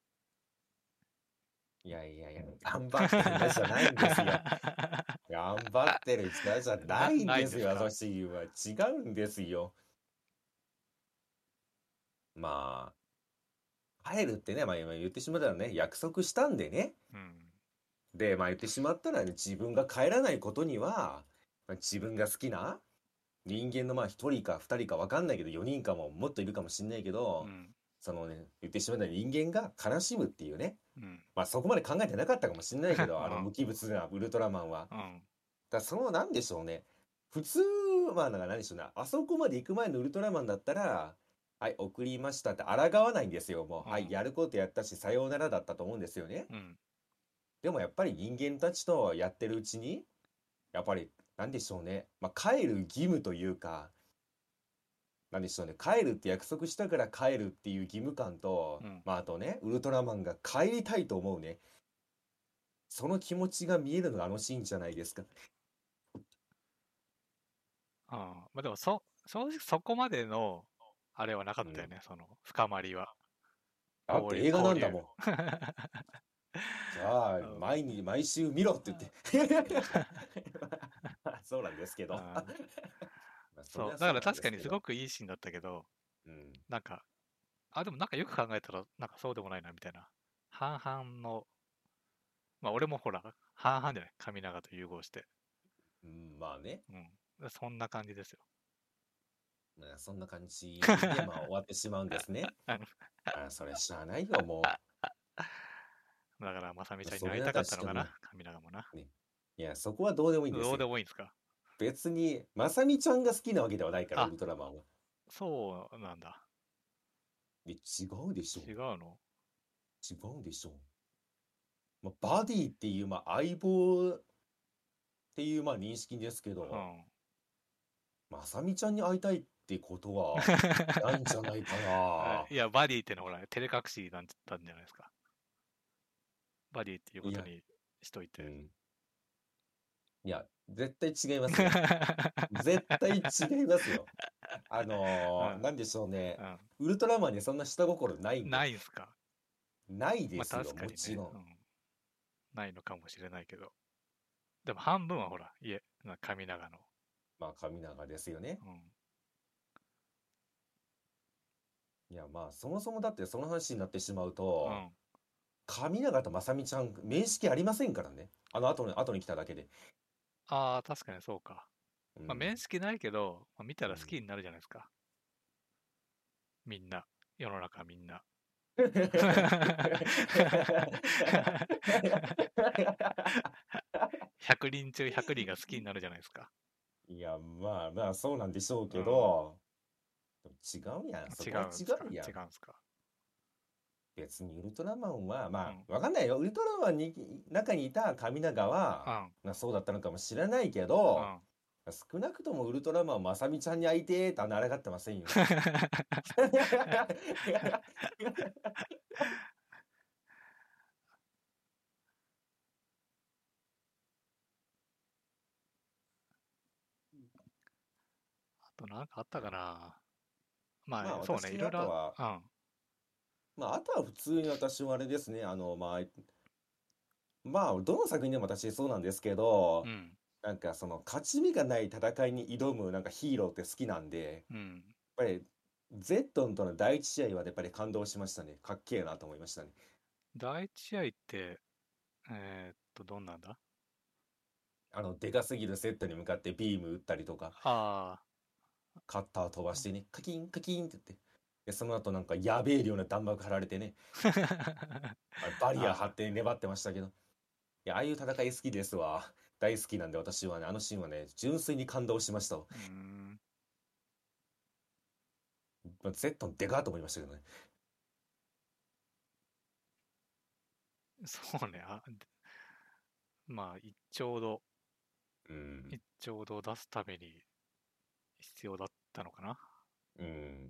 いやいやいや、頑張ってるんじゃないんですよ。頑張ってるじゃないんですよ、あのないんですか。 シーンは。違うんですよ。まあ、帰るってね、まあ今言ってしまったらね、約束したんでね。 うん。 で、まあ言ってしまったらね、自分が帰らないことには、まあ自分が好きな人間のまあ一人か二人か分かんないけど、4人かももっといるかもしんないけど、 うん。 そのね、言ってしまったら人間が悲しむっていうね。 うん。 まあそこまで考えてなかったかもしんないけど、あのうん。 無機物なウルトラマンは。 うん。 だからなんでしょうね。普通、まあなんか何でしょうね。あそこまで行く前のウルトラマンだったら、はい、送りましたって抗わないんですよ。もう、はい、 うん。 やることやったし、さようならだったと思うんですよね。 うん。 でもやっぱり人間たちとやってるうちに、やっぱり、なんでしょうね。まあ帰る義務というか、なんでしょうね。帰るって約束したから帰るっていう義務感と、 うん。 まああとね、ウルトラマンが帰りたいと思うね。その気持ちが見えるのがあのシーンじゃないですか。 まあでも、正直そこまでの、あれはなかうん。 ったよね、深まりは。 だって映画な交流。 んだもん。じゃあ、 うん。 毎週見ろって言って。そうなんですけど。 あーまあ、そりそう。だかゃそうなんら確かにですけど。 すごくいいシーンだったけど、 うん。 なんか、でもなんかよく考えたら、なんかそうでもないな、みたいな。半々の、まあ俺もほら、半々じゃない、神長と融合して。 うん、まあね。 うん。そんな感じですよ。 まあそんな感じで、まあ終わってしまうんですね。それしゃあないよ、もだから、まさみう。 ちゃんにそれだったら会いたかったの仕方ない。 かな、神長もな。 ね。いや、そこはどうでもいいんですどうでよ。 もいいんですか。 別に、まさみちゃんが好きなわけではないから、ウあ、 ルトラマンは。 そうなんだ。 で、違うでしょ違うの。 違うでしょまあ、バディっていう、まあ、相棒っていう、まあ、認識ですけど、 うん。 まさみちゃんに会いたいってことは、ないんじゃないかな。 いや、バディってのはほら、照れ隠しなんて言ったんじゃないですか。バディっていうこいや、 とにしといて。 うん。いや、絶対違いますよ。絶対違いますよ。 うん。 なんでしょうね。 うん。 ウルトラマンにそんな下心ないんで。 ないんすか。 ないでまあすよ、 確かにね。 もちろん。 うん。ないのかもしれないけど。でも半分はほら、神長の。 まあ、神長ですよね。 うん。 いや、まあ、そもそもだってその話になってしまうと、 うん。 神長とまさみちゃん、面識ありませんからね。後に来ただけで。 ああ、確かにそうか。まあ、 うん。 面識ないけど、まあ、見たうん。 ら好きになるじゃないですか。みんな。世の中みんな。100人中100人が好きになるじゃないですか。 いや、まあまあ、そうなんでしょうけうん。 ど、でも違うやん。そ違こは違うんすか。 うやん。 違うんすか。 別にウルトラマンは、まうん。 あ、わかんないよ。ウルトラマンに、中にいた神長は、 うん。 まあ、そうだったのかもしれないけど、 うん。 少なくともウルトラマンまさみちゃんに会いてーってあらがってませんよ。 あとなんかあったかな。ままああ、そうね、い私、 ろいろ、 あとは、 うん。 まああとは普通に私はあれですね、まあどの作品でも私そうなんですけど、 うん。 なんかその勝ち目がない戦いに挑むなんかヒーローって好きなんで、やっうん。 ぱりゼットンとの第一試合はやっぱり感動しましたね。かっけえなと思いましたね。 第一試合って、どんなんだ？ でかすぎるセットに向かってビーム撃ったりとか、 あカッター飛ばしてね、カキンカキンって言って、で、その後なんかやべえ量の弾幕張られてね、 あ。 バリア張っああ。 て粘ってましたけど、いや、ああいう戦い好きですわ。大好きなんで私はね、あのシーンはね、純粋に感動しましたわ。 うーん。 ゼットンでかーと思いましたけどね。 そうね。まあ、 うん。 一丁度を出すために必要だったのかな。 うん。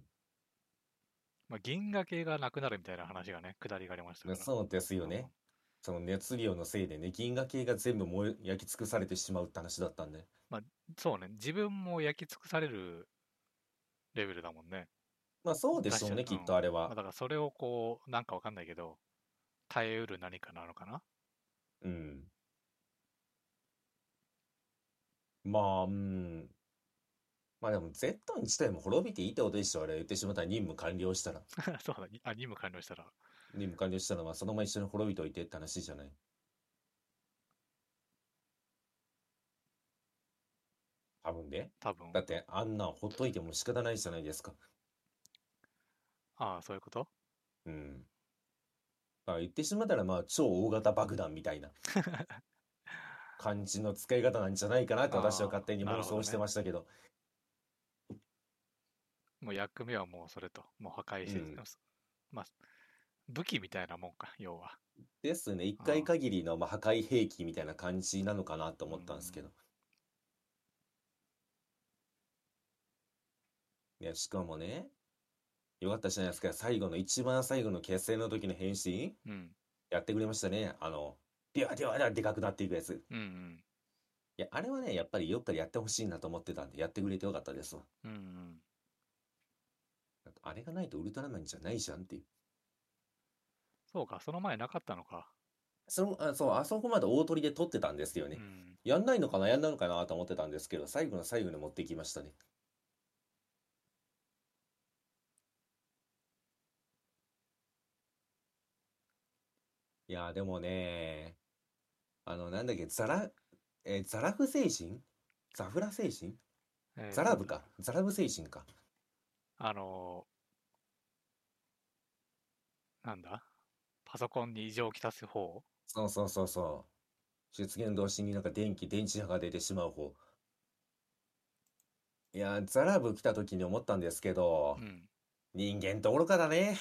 まあ、銀河系がなくなるみたいな話がね、下りがありましたから。 そうですようん。 ね。その熱量のせいでね、銀河系が全部燃え、焼き尽くされてしまうって話だったんで。 まあ、そうね。自分も焼き尽くされるレベルだもんね。 まあそうでしょうね、 出しちゃう。うん。 きっとあれは。 まあ、だからそれをこう、なんかわかんないけど、耐えうる何かなのかな。 うん。まあ、うん。まあでも、ゼットン自体も滅びていいってことでしょ、あれ言ってしまったら任務完了したら。 そうだ、任務完了したら。 任務完了したら、まあそのまま一緒に滅びといてって話じゃない。多分ね。 多分。 だって、あんなんほっといても仕方ないじゃないですか。 ああ、そういうこと？ うん。まあ言ってしまったら、まあ超大型爆弾みたいな感じの使い方なんじゃないかなって私はああ、 勝手に妄想してなるほどね。 ましたけど。 もう役目はもうそれと、もう破壊して、 うん。 まあ、武器みたいなもんか、要は。 ですね。一回ああ、 限りの、まあ、破壊兵器みたいな感じなのかなとう思ったんですけん、 ど。いや、しかもね、よかったじゃないですか。一番最後の決戦の時の変身うん、 やってくれましたね。ではではではでかくなっていくやつ。 うん、 いや、あれはね、やっぱりよっからやってほしいなと思ってたんで、やってくれてよかったですわ。 うん、うん。 あれがないとウルトラマンじゃないじゃんっていう。 そうか、その前なかったのか。 そう、あそこまで大鳥で撮ってたんですよね。 うん。 やんないのかな、やんないのかなと思ってたんですけど、最後の最後に持ってきましたね。いや、でもね、なんだっけ、ザラフ星人ザフラ星人えっと、 ザラブか。ザラブ星人か。 あのなんだ、パソコンに異常をきたす方。 そうそうそうそう。出現同士になんか電池波が出てしまう方。いやー、ザラブ来た時に思ったんですけど、 うん。 人間って愚かだね。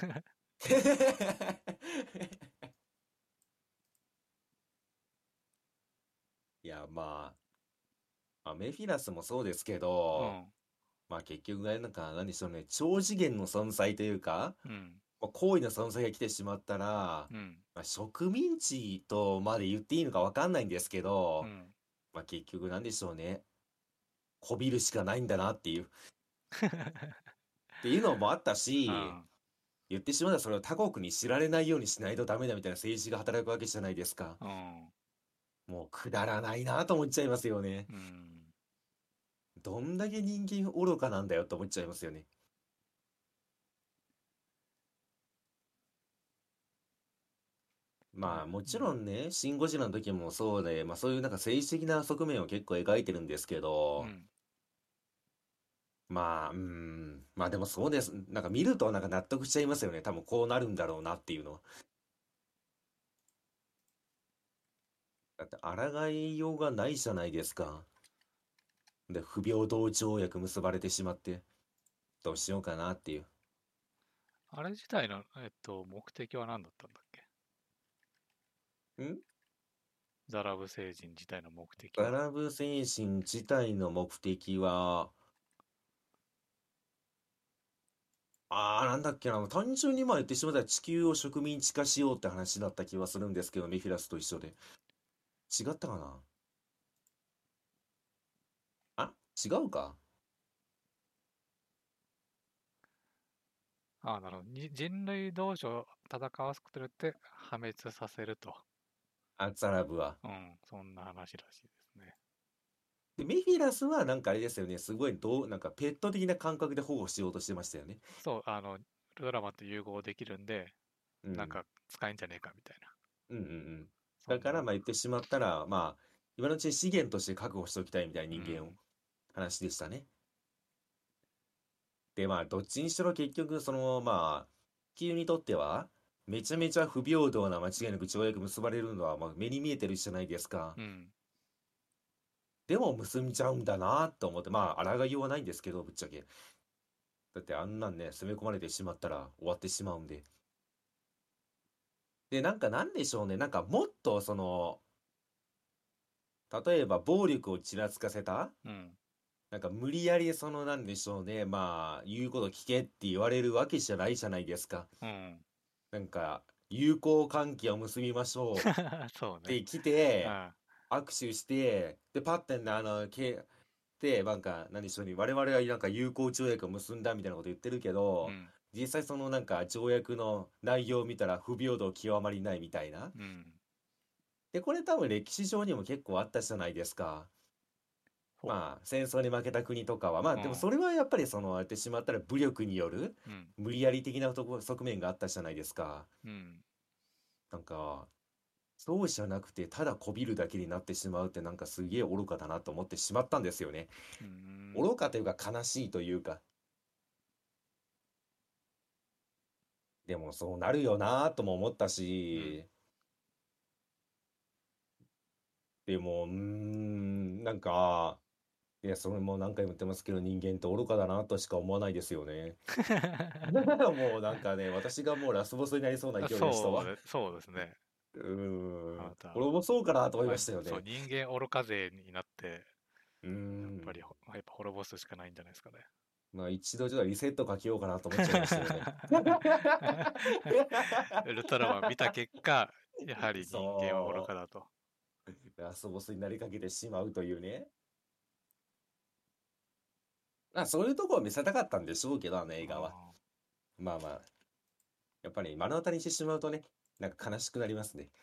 いや、メフィラスもそうですけど、 うん、 まあ結局ね、なんか、何でしょうね、超次元の存在というか、 うん、 まあ、高位な存在が来てしまったら、 うん、 まあ、植民地とまで言っていいのかわかんないんですけど、 うん。 まあ結局なんでしょうね、こびるしかないんだなっていう、っていうのもあったし、 あ言ってしまえばそれを他国に知られないようにしないとダメだみたいな政治が働くわけじゃないですか。 うん、 もうくだらないなと思っちゃいますよね。 うん。 どんだけ人間愚かなんだよと思っちゃいますよね。まあもちろんね、シン・ゴジラの時もそうで、まあそういうなんか政治的な側面を結構描いてるんですけど、 うん。 まあでもそうです。なんか見るとなんか納得しちゃいますよね。多分こうなるんだろうなっていうのは。だって抗いようがないじゃないですか。で、不平等条約結ばれてしまって、どうしようかなっていう。 あれ自体の、目的は何だったんだっけ？ んザラブ星人自体の目的ザは。 ラブ星人自体の目的は、なんだっけな、単純に言ってしまったら地球を植民地化しようって話だった気はするんですけど、メフィラスと一緒で。違ったかな。違うか。 なるほど。人類同士を戦わすことによって破滅させると。 ザラブは。 うん、そんな話らしいですね。 で、メフィラスはなんかあれですよね、すごいなんかペット的な感覚で保護しようとしてましたよね。 そう、ウルトラマンと融合できるんで、 うん。 なんか使えんじゃねえかみたいな。 うんうんうん。だから、 そんな、 言ってしまったら、今のうちに資源として確保しておきたいみたいな人間を、 うん、 話でしたね。で、どっちにしろ結局、地球にとっては、めちゃめちゃ不平等な間違いなく条約結ばれるのは、目に見えてるじゃないですか。 うん、 でも結んじゃうんだなと思って、抗いようはないんですけど、ぶっちゃけ。だってあんなんね、攻め込まれてしまったら終わってしまうんで。で、なんでしょうね。もっと例えば暴力をちらつかせた、 うん、 無理やりなんでしょうね。言うこと聞けって言われるわけじゃないじゃないですか。 うん。 友好関係を結びましょうっそうね。 て来て、 うん、 握手して、で、パッてで、何でしょうね。我々は友好条約を結んだみたいなこと言ってるけど、 うん、 実際条約の内容を見たら不平等極まりないみたいな。 うん。 で、これ多分歴史上にも結構あったじゃないですか。 ほ戦争に負けた国とかは、 う。うん、 でもそれはやっぱりやってしまったら武力によるうん、 無理やり的な側面があったじゃないですか。 うん、 なんか、そうじゃなくて、ただこびるだけになってしまうってすげえ愚かだなと思ってしまったんですよね。 うん、 愚かというか悲しいというか。でもそうなるよなとも思ったうん。 し、でも、いや、それも何回も言ってますけど、人間って愚かだなとしか思わないですよね。もうね、私がもうラスボスになりそうな勢いでしたわ。 そうですね。 滅ぼそうかなと思いましたよそう、 ね。 人間愚か勢になって、 うーん。 やっぱ滅ぼすしかないんじゃないですかね。 一度ちょっとリセットかけようかなと思っちゃいましたよね。 ウルトラマン見た結果、やはり人間は愚かそだと。 う。ラスボスになりかけてしまうというね。そういうとこを見せたかったんでしょうけど、あの映画は。 あまあまあ、やっぱり目の当たりにしてしまうとね、悲しくなりますね。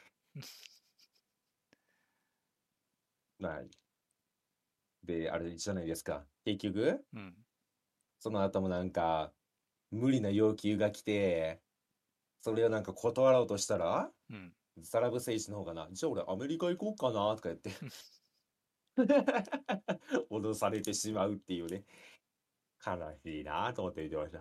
まあ、で、あれじゃないですか。結局、 うん、 その後も無理な要求が来て、それを断ろうとしたら、 うん。 ザラブ戦士の方がじゃあ俺アメリカ行こうかなとか言って脅されてしまうっていうね。悲しいなと思って見てました。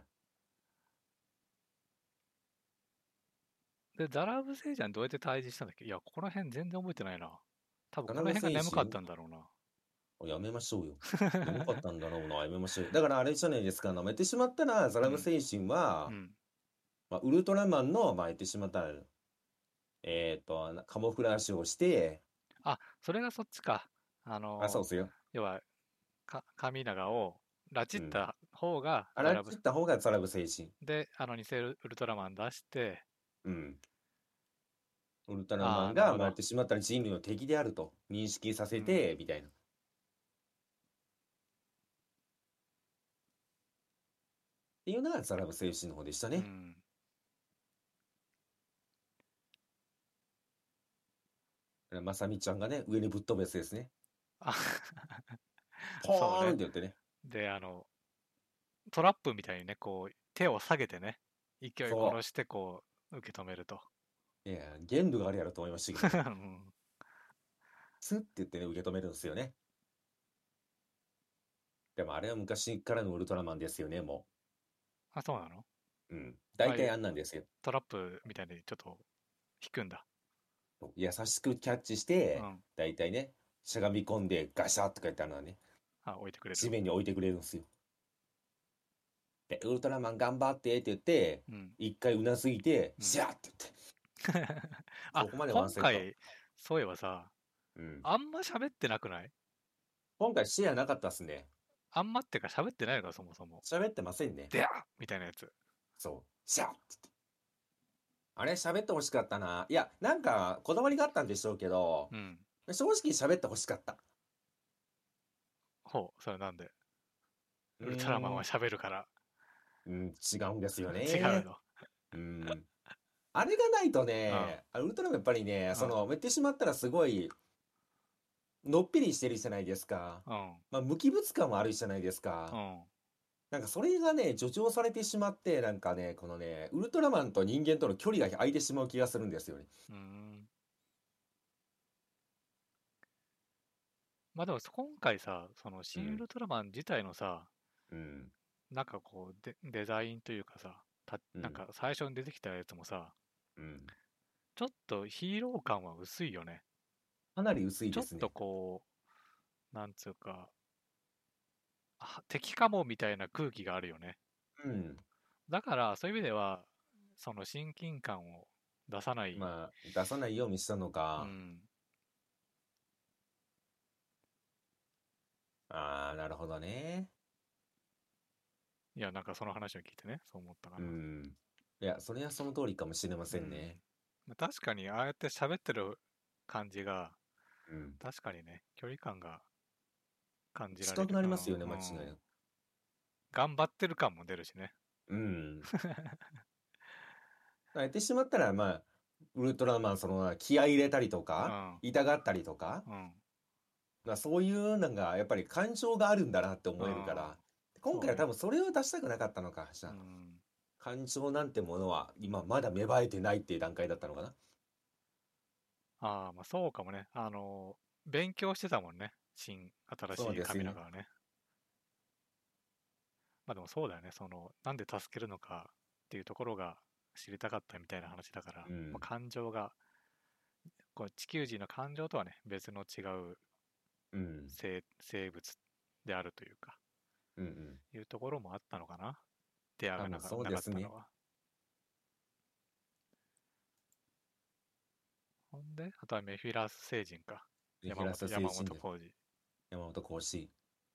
で、ザラブ星人どうやって退治したんだっけ？いや、この辺全然覚えてないな。多分ザラブこの辺が戦士眠かったんだろうな。 やめましょうよ。眠かったんだろうな、やめましょうよ。だからあれじゃないですか、言ってしまったら、ザラブうん、 星人は、 うん。 ウルトラマンの、言ってしまったら、カモフラージュをして、 あ、それがそっちか。 そうですよ。 要は、神長を拉致うん。 った方がザラブあら切った方がザラブ星人。 で、偽ウルトラマン出して、 うん。ウルトラマああ、 ンが、 なるほど。 やってしまったら人類の敵であると認識さうん、 せて、みたいな。っていうのがザラブ星人の方でしたね。 うん。 まさみちゃんがね、上にぶっ飛ぶやつですね。 あポそうね。 ーンって言ってね。 で、トラップみたいにね、こう、手を下げてね、勢いそ殺して、こう、受け止めると。 う。いや、限度があるやろと思いましたけどね。 うん。 スッって言ってね、受け止めるんですよね。でもあれは昔からのウルトラマンですよね、もあ、そうなの？ う。うん。 ああいう大体あんなんですよ。 トラップみたいにちょっと引くんだ。 優しくキャッチして、 うん。 大体ね、しゃがみ込んでガシャッとか言ったのはね、 置いてくれる。 地面に置いてくれるんですよ。で、ウルトラマン頑張ってって言って、 うん。 一回うなずいて、 うん。 シャーって言って、そこまでワンセット。 今回、そういえばさ、 うん。 あんま喋ってなくない？ 今回シェアなかったっすね。 あんまってか喋ってないのか、そもそも。 喋ってませんね。 でやみたいなやつ。 そう。シャッつって。あれ喋ってほしかったな。いや、なんか、こだわりがあったんでしょうけど、 うん。 正直喋ってほしかった。 ほう、それなんで？ うウルトラマンはーん。 喋るから。 うん、違うんですよ違うね。 の？ うん。あれがないとうん。 ね、ウルトラマンやっぱりね、 うん。 言ってしまったらすごい、のっぺりしてるじゃないですか。 うん。 まあ、無機物感もあるじゃないですか。 うん。 なんかそれがね、助長されてしまって、なんかね、このね、ウルトラマンと人間との距離が空いてしまう気がするんですよね。 うーん。まあでも今回さ、そのうん、 新ウルトラマン自体のさ、 うん、 なんかこうデザインというかさ、なんうん、 か最初に出てきたやつもさ、 うん。 ちょっとヒーロー感は薄いよね。 かなり薄いちょっとですね。 こう、なんつうか、敵かもみたいな空気があるよね。 うん。 だからそういう意味では、その親近感を出さない。 まあ、出さないようにしたのか。 うん。 ああ、なるほどね。 いや、なんかその話を聞いてね、そう思ったかうな。 ん。いや、それはその通りかもしれまうん。 せんね。 確かに、ああやって喋ってる感じが、 うん。 確かにね、距離感が感じられ近くる。うん。 なりますよね、 う間違いなん。 く。 頑張ってる感も出るしね。 うん。言ってしまったら、まあ、ウルトラマン、気合い入れたりとか、 うん。 痛がったりとか、 うん。 まあ、そういうのが、やっぱり感情があるんだなってうん。 思えるから、今そうね。 回は多分それを出したくなかったのかしら。 うん。 感情なんてものは、今まだ芽生えてないっていう段階だったのかな。 ああ、まあそうかもね。勉強してたもんね。新そうしいですね。 神がね。まあでもそうだよね。なんで助けるのかっていうところが知りたかったみたいな話だから、まあ、 うん。 感情が、こう地球人の感情とはね、別の違ううん。 生物であるというか、 うんうん。 いうところもあったのかな。出会が多分そうなですね。 かったのは。ほんで、あとはメフィラス星人か。 平ラ精山神で本浩二。 山本浩二。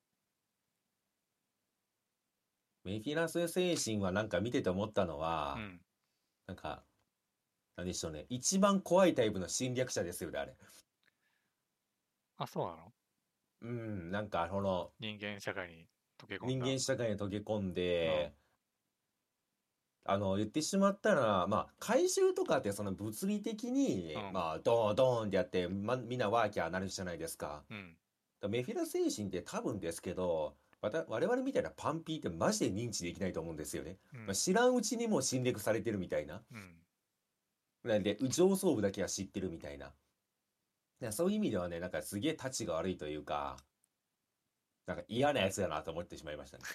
メフィラス精神はなんか見てて思ったのは、 うん。 なんか、なんでしょうね。一番怖いタイプの侵略者ですよね、あれ。 あ、そうなの？ うん、なんか人間社会に溶け込ん人だ。 間社会に溶け込んうん。 で、言ってしまったら、まあ、怪獣とかってその物理的に、 うん。 まあ、ドーンドーンってやって、みんなワーキャーなるじゃないですか。 うん。 メフィラ精神って多分ですけど、我々みたいなパンピーってマジで認知できないと思うんですよね。まあ、 うん。 知らんうちにもう侵略されてるみたいな。 うん。 なんで、上層部だけは知ってるみたいな。そういう意味ではね、なんかすげえタチが悪いというか、なんか嫌なやつだなと思ってしまいましたね。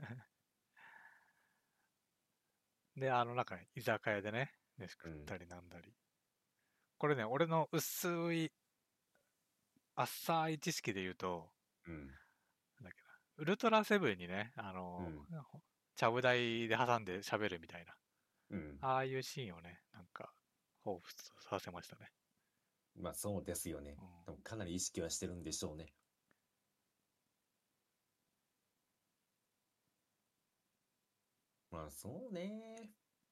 で、なんか、居酒屋でね、飯食うん。 ったりなんだり。これね、俺の薄い、浅い知識で言うと、 うん。 なんだっけな、ウルトラセブンにね、 うん。 ちゃぶ台で挟んで喋るみたいな、 うん。 ああいうシーンをね、なんか、彷彿させましたね。 まあそうですよね。 うん。 でもかなり意識はしてるんでしょうね。まあそうね。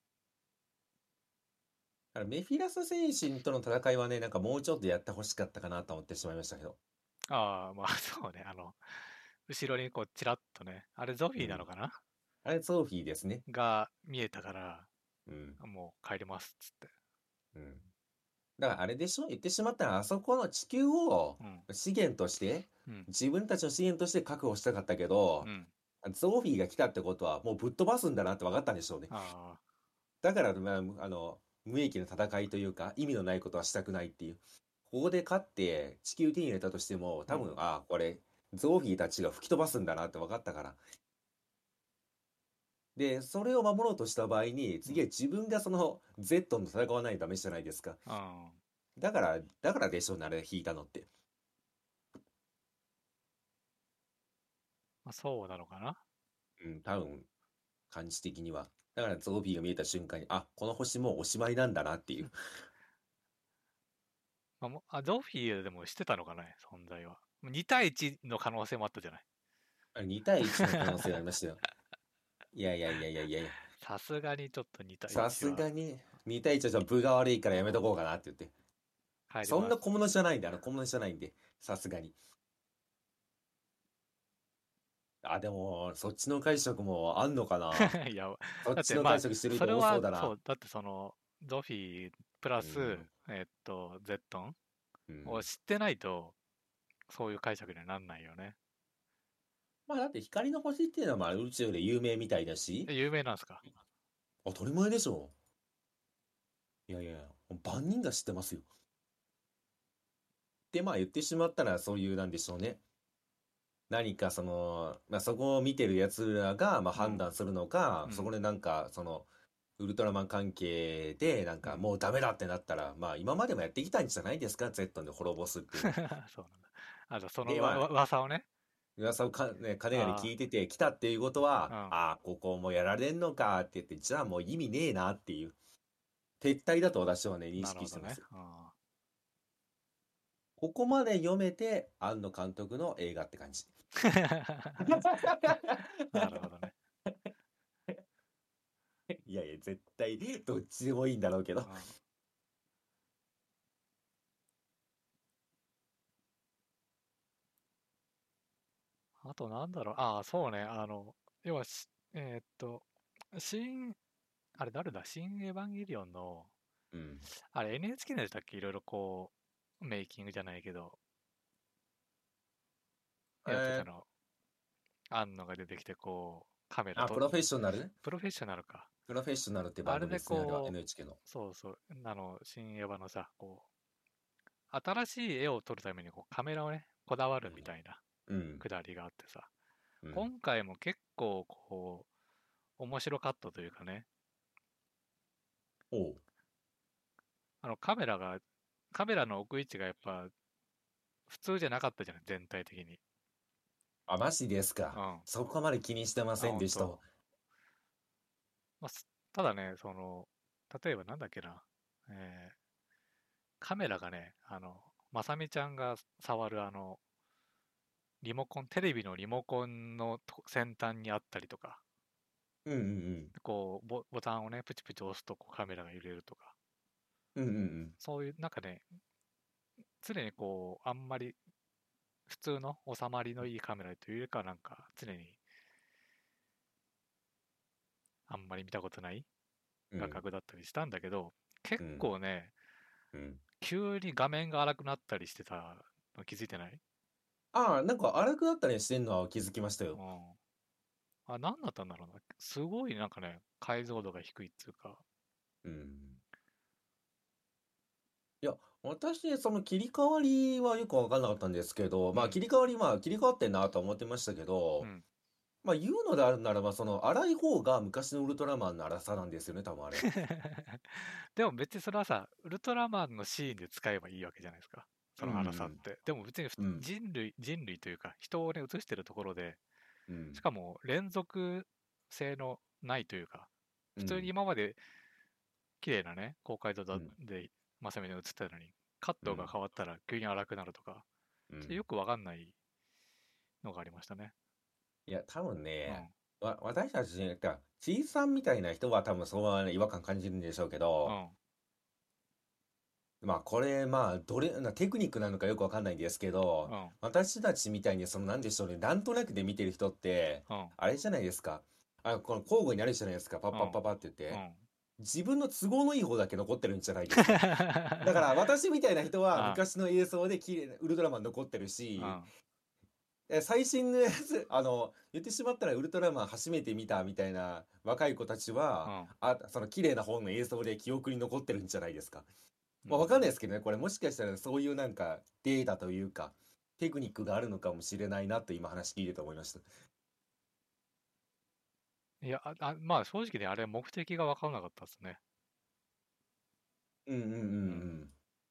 だからメフィラス星人との戦いはね、なんかもうちょっとやってほしかったかなと思ってしまいましたけど。 ああ、まあそうね、後ろにこう、ちらっとね、あれゾフィーなのうん。 かなあれ、ソーフィーですね。 が見えたから、 うん。 もう帰りますっつって。 うん。だからあれでしょ、言ってしまったら、あそこの地球をうん。 資源として、 うん。 自分たちの資源として確保したかったけど、 うん。 ゾーフィーが来たってことはもうぶっ飛ばすんだなって分かったんでしょうね。 あだから、まあ、無益な戦いというか、意味のないことはしたくないっていう。ここで勝って地球手に入れたとしても、 あ、うん。 多分、ああ、これ、ゾーフィーたちが吹き飛ばすんだなって分かったから。で、それを守ろうとした場合に、 うん。 次は自分がその Z と戦わないとダメじゃないですか。 あだからでしょうね、あれ引いたのって。 まあ、そうなのかな。 うん、多分、感じ的には。だからゾーフィーが見えた瞬間に、あ、この星もうおしまいなんだなっていう。 ゾフィーでもしてたのかね、存在は。2対1の可能性もあったじゃない。 2対1の可能性がありましたよ。いやいやいやいやいやいや。 さすがにちょっと2対さ 1はすがに2対1はじゃあ分が悪いからやめとこうかなって言って。そんな帰ります。 小物じゃないんで、小物じゃないんで、さすがに。でも、そっちの解釈もあんのかな。 いや、 そっだってまあ、 ちの解釈してるそれ人多そうだな。 はそう、だってゾフィープラス、 うん。 ゼットンうん。 を知ってないと、そういう解釈にはなんないよね。 まあだって光の星っていうのはまあ宇宙で有名みたいだし、 有名なんですか？ 当たり前でしょ。いやいや、万人が知ってますよ。で、まあ言ってしまったらそういうなんでしょうね。何かまあそこを見てる奴らがまあうん。 判断するのか、 うん。 そこでなんかウルトラマン関係でなんうん。 かもうダメだってなったら、まあ今までもやってきたんじゃないですか、ゼットンで滅ぼすっていうの。 そうなんだ。じゃあそので、まあ噂をね。 噂をね、かねがねあ聞いてて来たっていうことは、 あ、 ああ、ここもやられんのかって言って、じゃあもう意味ねえなっていう、撤退だと私はね、 うん。 認なるほどね。 識してます。 あここまで読めて、庵野監督の映画って感じ。 あ。なるほどね。 いやいや、絶対、どっちでもいいんだろうけど。 うん。あとなんだろう。そうね。要は新、あれ誰だ新エヴァンゲリオンの、 うん。 あれ NHK のやつだっけいろいろこう、メイキングじゃないけど、やってたえの。庵野が出てきて、こう、カメラと、 プロフェッショナルプロフェッショナルか。 プロフェッショナルってあれで番組ですね、あれはこう、 NHK の。 そうそう、新エヴァのさ、こう、新しい絵を撮るためにこうカメラをね、こだわるみたいなうん。うん。 くだりがあってさ、 うん。 今回も結構こう、面白かったというかね、 おう。 あのカメラが、カメラの置く位置がやっぱ普通じゃなかったじゃない、全体的に。 マジですか。 うん。 そこまで気にしてませんでしたわ。 本当。まあ、ただね、例えばなんだっけな、カメラがね、まさみちゃんが触るリモコン、テレビのリモコンの先端にあったりとか、 うんうんこうボタンをね、プチプチ押すとこうカメラが揺れるとか、 うん。うんうんうん。 そういう、なんかね、常にこう、あんまり普通の収まりのいいカメラというよりかは、なんか常にあんまり見たことない画うん。 角だったりしたんだけど、結うん。 構ね、 うん。 急に画面が荒くなったりしてたの気づいてない？ なんか荒くなったりしてんのは気づきましたよ。 うん。何だったんだろうな。すごいなんかね、解像度が低いっていうか、 うん。いや、私、その切り替わりはよくわかんなかったんですけど、 うん、 まあ切り替わってんなとは思ってましたけど、 うん。 まあ言うのであるならば、荒い方が昔のウルトラマンの荒さなんですよね、多分あれ。 でも別にそれはさ、ウルトラマンのシーンで使えばいいわけじゃないですか。そうんの荒さっうんて。でも別にうん。 人類というか、人をね、映してるところで、 うん。 しかも連続性のないというか、普通にうん。 今まで綺麗なね、高解像度うん。 でまさみに映ってたのに、カッうん。 トが変わったら急に荒くなるとか、 うん。 それよくわかんないのがありましたね。 いや、多分ね、 うん。 私たちね、ちいさんみたいな人は多分その違和感感じるんでしょうけど、 うん。 まあこれ、まあテクニックなのかよくわかんないんですけど、 うん。 私たちみたいになんでしょうね、なんとなくで見てる人って、 うん。 あれじゃないですか。この交互になるじゃないですか。パッうん。 パッパッパって言って。 うん。 自分の都合のいい方だけ残ってるんじゃないですか。だから私みたいな人はあ昔の映像で綺麗なウルトラマン残ってるし、 あ、 最新のやつ、言ってしまったらウルトラマン初めて見たみたいな若い子たちは、 うん。 その綺麗な方の映像で記憶に残ってるんじゃないですか。まあ、わかんないうん。 ですけどね、これもしかしたらそういうなんかデータというか、テクニックがあるのかもしれないなと今話聞いてて思いました。 いや、まあ正直ね、あれ目的が分からなかったですね。 うんうんうんううん。 ん。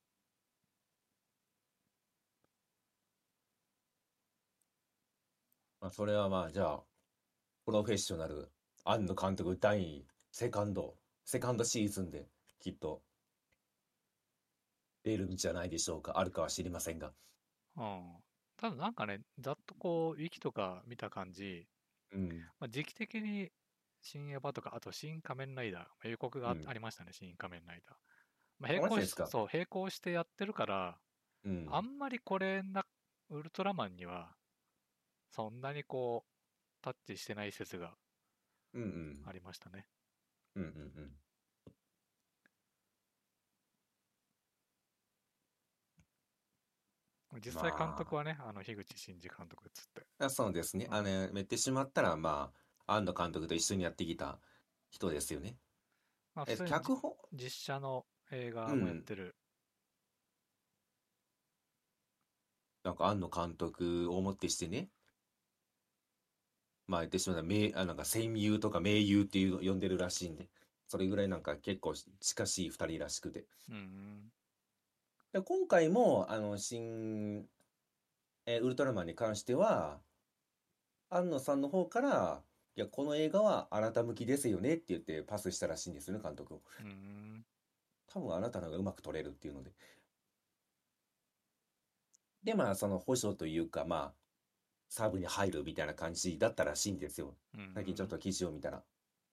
まあ、それはまあ、じゃあ、プロフェッショナル、庵野監督セカンドシーズンで、きっと出るんじゃないでしょうか。あるかは知りませんが。 うん。ただなんかね、ざっとこう、ウィキとか見た感じ、 うん。 まあ、時期的に新エヴァとか、あと新仮面ライダー、まあ予告がうん。 ありましたね、新仮面ライダー。まあ、 あ、マジですか。 そう、並行してやってるから、 うん。 あんまりこれウルトラマンには、そんなにこう、タッチしてない説がうんうん。 ありましたね。 うんうんうん。 実際監督まはね、樋口真嗣監督っつって。 そうですね。 うん。 めってしまったら、庵野監督と一緒にやってきた人ですよね。 まあ、普通に脚本、 実写の映画もやっうん。 てる。 なんか庵野監督をもってしてね、言ってしまったら、なんか戦友とか盟友っていうのを呼んでるらしいんで、それぐらいなんか結構近しい二人らしくて。 うん。 で今回も、ウルトラマンに関しては、庵野さんの方から、いや、この映画はあなた向きですよねって言ってパスしたらしいんですよね、監督を。 うん。 多分あなたの方がうまく撮れるっていうので。で、その保証というか、サブに入るみたいな感じだったらしいんですよ。 うん。 最近ちょっと記事を見たら。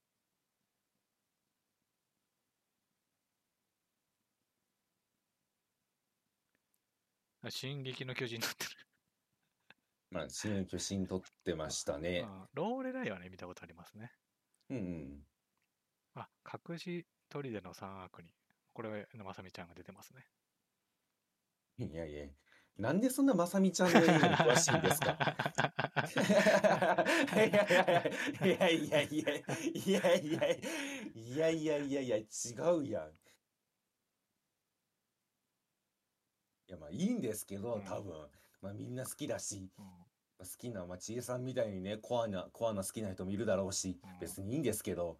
進撃の巨人になってる。 新巨神撮ってましたね。 ローレライはね、見たことありますね。 うんあ、隠し砦の三悪に。これ、まさみちゃんが出てますね。 うん。いやいや、なんでそんなまさみちゃんの映画に詳しいんですか？いやいやいやいやいやいやいやいやいやいやいや違うやん。いやいいんですけど、 うん。 多分みんな好きだし、 うん。 好きな、ちえさんみたいにね、コアな好きな人もいるだろうし、 うん。 別にいいんですけど、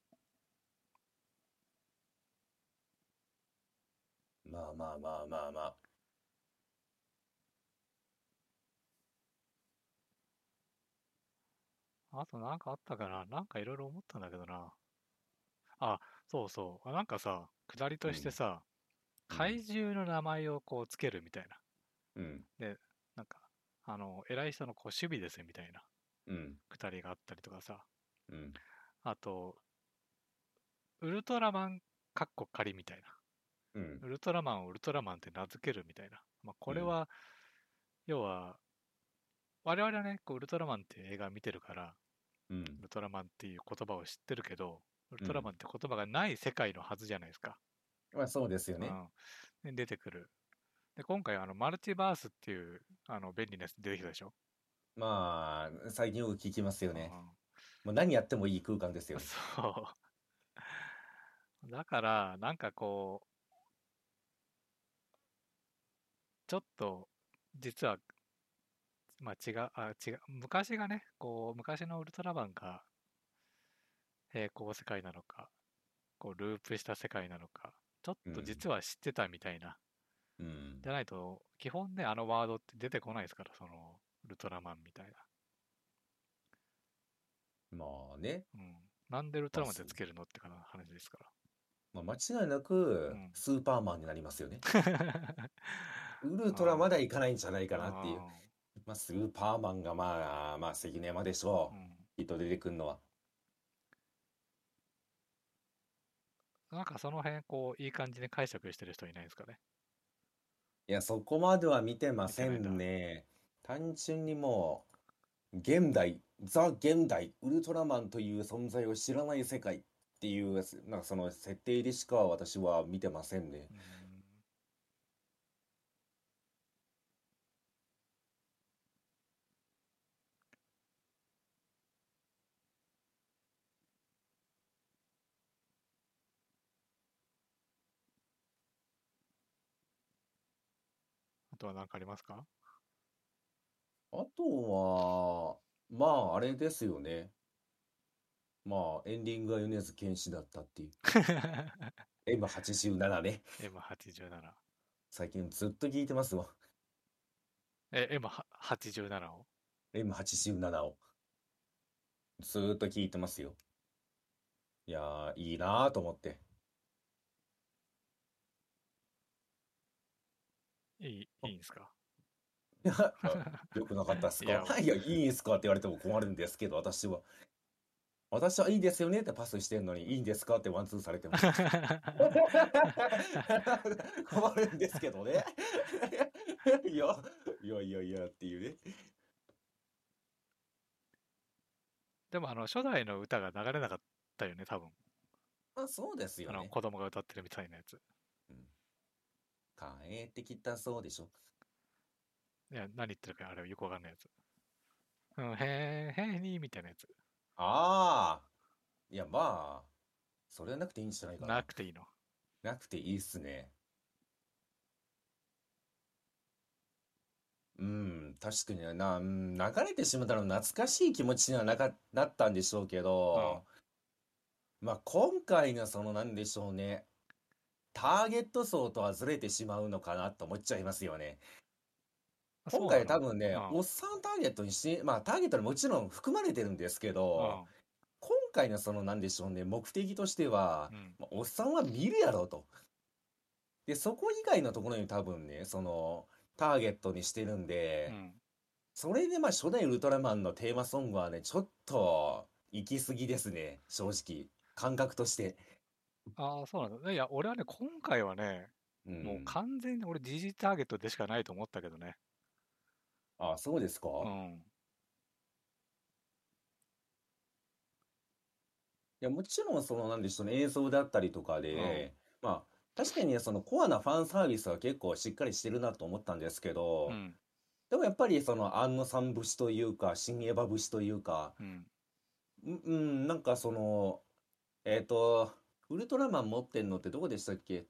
まあまあまあまあまあ。 あとなんかあったかな、なんかいろいろ思ったんだけどな。あ、そうそう。なんかさ、下りとしてうん、 さ、 うん、 怪獣の名前をこうつけるみたいな。 うん、 で、なんか、偉い人のこう守備ですみたいなうん、 下りがあったりとかさ。 うん、 あと、ウルトラマンかっこ仮みたいな。 うん、 ウルトラマンをウルトラマンって名付けるみたいな。まあ、こうん、 れは、要は、我々はね、こうウルトラマンっていう映画を見てるから、 うん、 ウルトラマンっていう言葉を知ってるけど、ウルうん。 トラマンって言葉がない世界のはずじゃないですか。 そうですよね。 うん。で、出てくる。で、今回、マルチバースっていう、便利なやつ出てきたでしょ。 最近よく聞きますよね。 うん。 もう何やってもいい空間ですよね。 そう。だから、なんかこう、ちょっと、実は、まあ違う。昔がね、こう、昔のウルトラマンが平行世界なのか、こう、ループした世界なのか、ちょっうん、 と実は知ってたみたいな。 うん。 じゃないと、基本ね、あのワードって出てこないですから、その、ウルトラマンみたいな。 まあね、 うん。なんでウルトまあ、すラマンってつけるのって話ですから。 まあ、間違いなくうん。 スーパーマンになりますよね。ウルトラまあではいかないんじゃないかなっていう。 あ、 スーパーマンが関根山でしょうん。 う。きっと出てくるのは。 なんかその辺、こう、いい感じに解釈してる人いないですかね。 いや、そこまでは見てません見てないんだ。 ね。単純にもう、現代、ザ・現代、ウルトラマンという存在を知らない世界っていう、なんかその設定でしか私は見てませんね。 うん。あとは何かありますか？ あとは、あれですよね。エンディングが米津玄師だったっていう。M87 ね。 M87。 最近ずっと聞いてますわ。 M87 を。 M87 を。ずーっと聞いてますよ。いやー、いいなーと思って。 いいんですか？ いや、よくなかったっすいや、 か？いや、いいんすかって言われても困るんですけど、私は。私はいいですよねってパスしてんのに、いいんですかってワンツーされても。困るんですけどね。いや、いやっていうね。 でも初代の歌が流れなかったよね、多分。 まあそうですよね。 子供が歌ってるみたいなやつ。 うん。帰ってきたそうでしょ。 いや、何言ってるかあれよくわかんないやつ。うん、へーにーみたいなやつ。 ああ。いや、まあ、それはなくていいんじゃないかな。 なくていいの。 なくていいっすね。うん、確かにな、うん、流れてしまったの懐かしい気持ちにはなったんでしょうけうん。 ど、まあ今回のそのなんでしょうね、ターゲット層とはずれてしまうのかなと思っちゃいますよね。今回そうなの？ 多分ね、 うん。 おっさんターゲットにまあターゲットにもちろん含まれてるんですけど、 うん。 今回のそのなんでしょうね、目的としては、 うん。 まあおっさんは見るやろうと。で、そこ以外のところに多分ね、そのターゲットにしてるんで、 うん。 それでまあ初代ウルトラマンのテーマソングはね、ちょっと行き過ぎですね、正直。感覚として。 ああ、そうなんだ。いや、俺はね、今回はね、もううん。 完全に俺、ジジターゲットでしかないと思ったけどね。 あ、そうですか？ うん。 いや、もちろんそのなんでしょうね、映像だったりとかうん。 で、まあ、確かにね、そのコアなファンサービスは結構しっかりしてるなと思ったんですけど、 うん。 でもやっぱりその庵野さん節というか、新エヴァ節というか、 うん。 なんかその、えっと、ウルトラマン持ってんのってどこでしたっけ？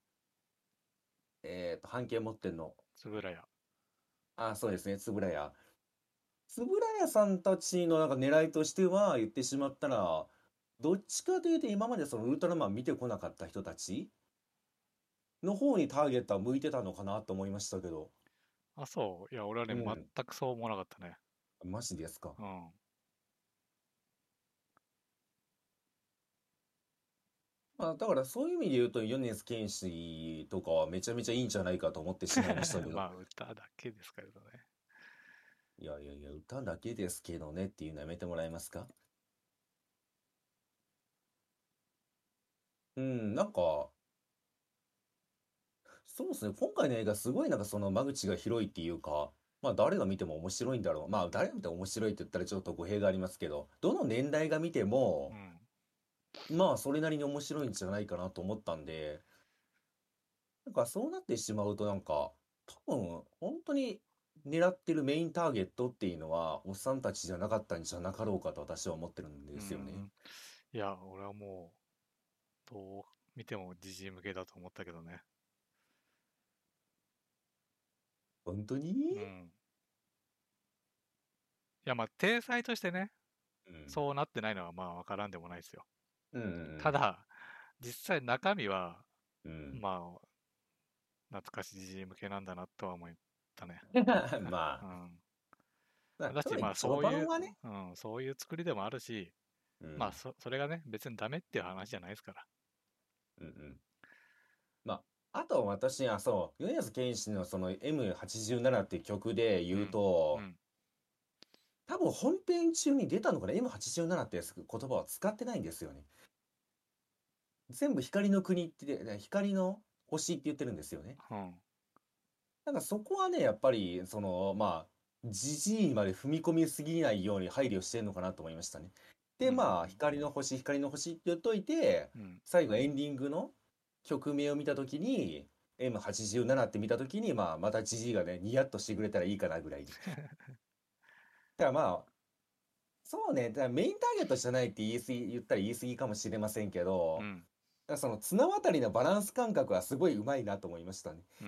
半径持ってんの。 つぶらや。 あ、そうですね、円谷。円谷さんたちのなんか狙いとしては、言ってしまったら、どっちかというと今までそのウルトラマン見てこなかった人たちの方にターゲットは向いてたのかなと思いましたけど。 あ、そう。いや、俺はね、 うん。 全くそう思わなかったね。 マジですか？ うん。 まあ、だからそういう意味で言うと、米津玄師とかはめちゃめちゃいいんじゃないかと思ってしまいましたけど。 まあ、歌だけですけどね。 いや、歌だけですけどねっていうのやめてもらえますか？うん、なんか、そうですね。今回の映画すごいなんかその間口が広いっていうか、まあ誰が見ても面白いんだろう。まあ誰が見ても面白いって言ったらちょっと語弊がありますけど、どの年代が見ても、 うん。 まあそれなりに面白いんじゃないかなと思ったんで、なんかそうなってしまうとなんか、多分本当に狙ってるメインターゲットっていうのは、おっさんたちじゃなかったんじゃなかろうかと私は思ってるんうですよね。 ん。いや、俺はもう、どう見てもジジイ向けだと思ったけどね。 本当に？ うん。いや、まあ、体裁としてね、 うん。 そうなってないのはまあ、わからんでもないですよ。 うんうんただ、実際中身は、 うん。うん。 まあ、懐かしいジジイ向けなんだなとは思ったね。 まあ、 うん。だし、 まあとはいえまあ、 序盤はね、 そういう作りでもあるし、まあ、 うん。 それがね、別にダメっていう話じゃないですから。 うんうん。まあ、あと私、そう、米津玄師のその M87 っていう曲で言ううん。うと、 ん。 多分本編中に出たのかな？ M87 って言葉は使ってないんですよね。全部光の国って光の星って言ってるんですよね。 うん。 なんかそこはね、やっぱり、その、まあ、じじいにまで踏み込みすぎないように配慮してるのかなと思いましたね。で、 うん。 まあ、光の星って言っといて、 うん。 最後エンディングの曲名を見たときに、M87 って見たときに、まあ、またじじいがね、ニヤッとしてくれたらいいかなぐらいで。だからまあ、そうね、だからメインターゲットじゃないって言ったら言い過ぎかもしれませんけど、 うん。 だからその綱渡りのバランス感覚はすごいうまいなと思いましたね。 うん。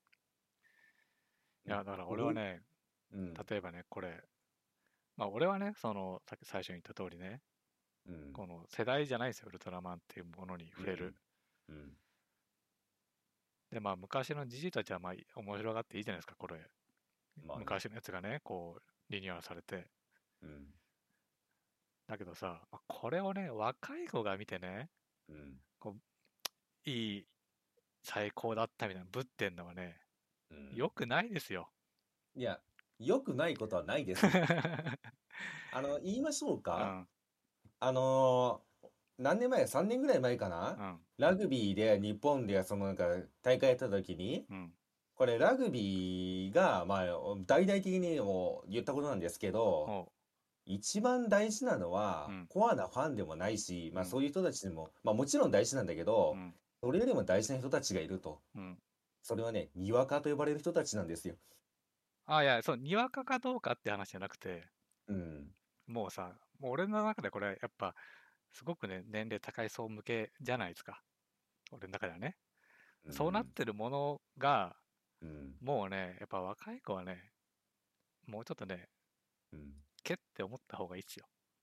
うん。 いや、だから俺どういはね、 うん、 例えばね、これ、まあ俺はね、さっき最初に言った通りね、 うん、 この世代じゃないですよ、ウルトラマンっていうものに触れる。 うん、うん。 で、まあ昔のじじいたちはまあ面白がっていいじゃないですか、これ。 まあね。 昔のやつがね、こう、リニューアルされて。 うん、 だけどさ、これをね、若い子が見てね、 うん、 こういい最高だったみたいなぶってんのはね、 うんよくないですよ。 いや、良くないことはないですよ。言いましょうか。 うん、 あの何年前 ?3 年ぐらい前かな。 うん、 ラグビーで日本でそのなんか大会やった時に、 うん、 これラグビーが、まあ、大々的にも言ったことなんですけど、 おう、 一番大事なのは、 うん、 コアなファンでもないし、 うん、 まあそういう人たちでも、まあもちろん大事なんだけど、 うん、 それよりも大事な人たちがいると。 うん。 それはね、にわかと呼ばれる人たちなんですよ。 あ、いや、そう、にわかかどうかって話じゃなくて、 うん。 もうさ、もう俺の中でこれ、やっぱ、すごくね、年齢高い層向けじゃないですか。俺の中ではね。そうなっうん。 てるものが、 うん。 もうね、やっぱ若い子はね、もうちょっとね、 うん。 けって思った方がいいっすよ。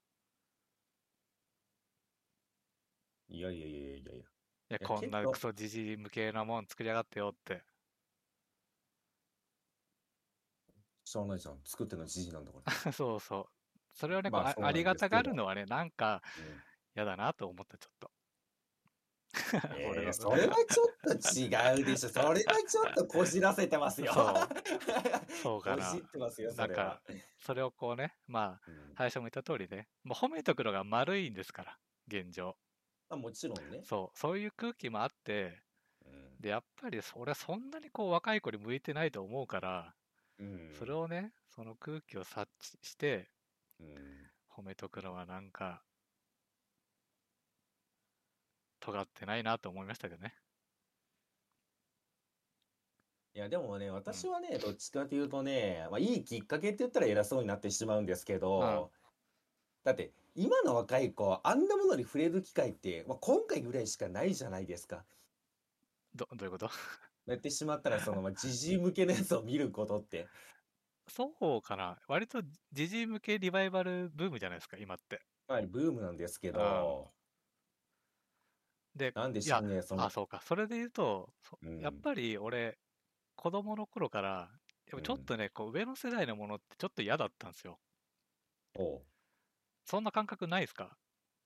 いやいやいやいやいやいや。いいや、 や、 こんなクけど、 ソじじい向けなもん作りやがってよって。 しゃあないじゃん。作ってるのじじいなんだから。 そうそう。それをね、こうまあそうなんありがたですけど。 がるのはね、なんかうん。 嫌だなと思った、ちょっと。俺の。 それはちょっと違うでしょ。それはちょっとこじらせてますよ。 そう、そうかこじな。 ってますよ、そなんか、 れは。 それをこうね、まあ、 うん。 最初も言った通りね、もう褒めとくのが丸いんですから、現状。 まあもちろんね。 そう、そういう空気もあって、 うん。 で、やっぱり俺はそんなにこう若い子に向いてないと思うから、 うん。 それをね、その空気を察知してうん。 褒めとくのはなんか尖ってないなと思いましたけどね。 いや、でもね、 うん。 私はね、どっちかというとね、まあ、いいきっかけって言ったら偉そうになってしまうんですけうん。 ど、だって、今の若い子、あんなものに触れる機会って、まあ、今回ぐらいしかないじゃないですか。 どういうこと？ やってしまったら、まあ、時事向けのやつを見ることって、 そうかな。割と時事向けリバイバルブームじゃないですか、今って。 まあ、ブームなんですけうん。 ど、 で、 なんでいや、 しょうね、 そうか。それで言うと、やっうん、 ぱり俺、子供の頃から、でもちょっうん、 とね、こう上の世代のものってちょっと嫌だったんですよ。 おう、 そんな感覚ないですか？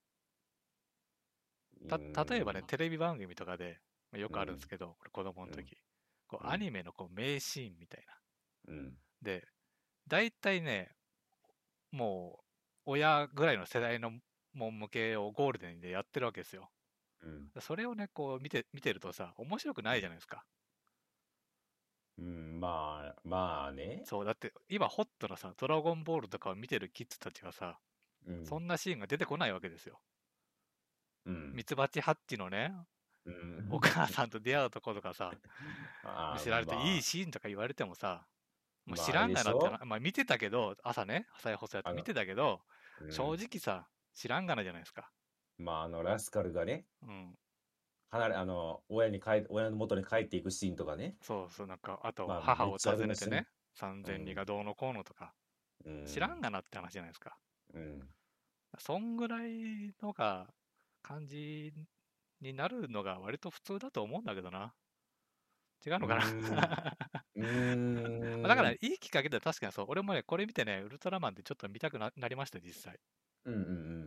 う例えばね、 ん、 テレビ番組とかで、まあよくあるんですうん、 けど、これ子供のうん、 時、こうアうん、 ニメのこう名シーンみたいな。 うん、 で、大体ね、もう親ぐらいの世代のもん向けをゴールデンでやってるわけですよ。 うん、 それをね、こう見てるとさ、面白くないじゃないですか。 うん、まあね、 そう、だって今ホットなさ、ドラゴンボールとかを見てるキッズたちはさ、 うん、 そんなシーンが出てこないわけですよ。 うん、 ミツバチハッチのね、 うおん、 母さんと出会うとことかさ、見ああ、 せられていいまあ、 シーンとか言われてもさ、もう知まあ、あれらんがなってでしょ。 まあ見てたけど、朝ね、再放送やって見てたけど、正うん。 直さ、知らんがなじゃないですか。 まあ、ラスカルがね、 うん。 親の元に帰っていくシーンとかね。 そうそう、なんか、あとまあ、 母をめっちゃありましたね。 訪ねてね、三千里うん。 がどうのこうのとか、 う知らん。 んがなって話じゃないですか。 うん。 そんぐらいのが感じになるのが割と普通だと思うんだけどな。違ううのかな。 ん。うだから、 ん。 いいきっかけで確かにそう。俺もね、これ見てね、ウルトラマンってちょっと見たくなりました、実際。 うん。うん。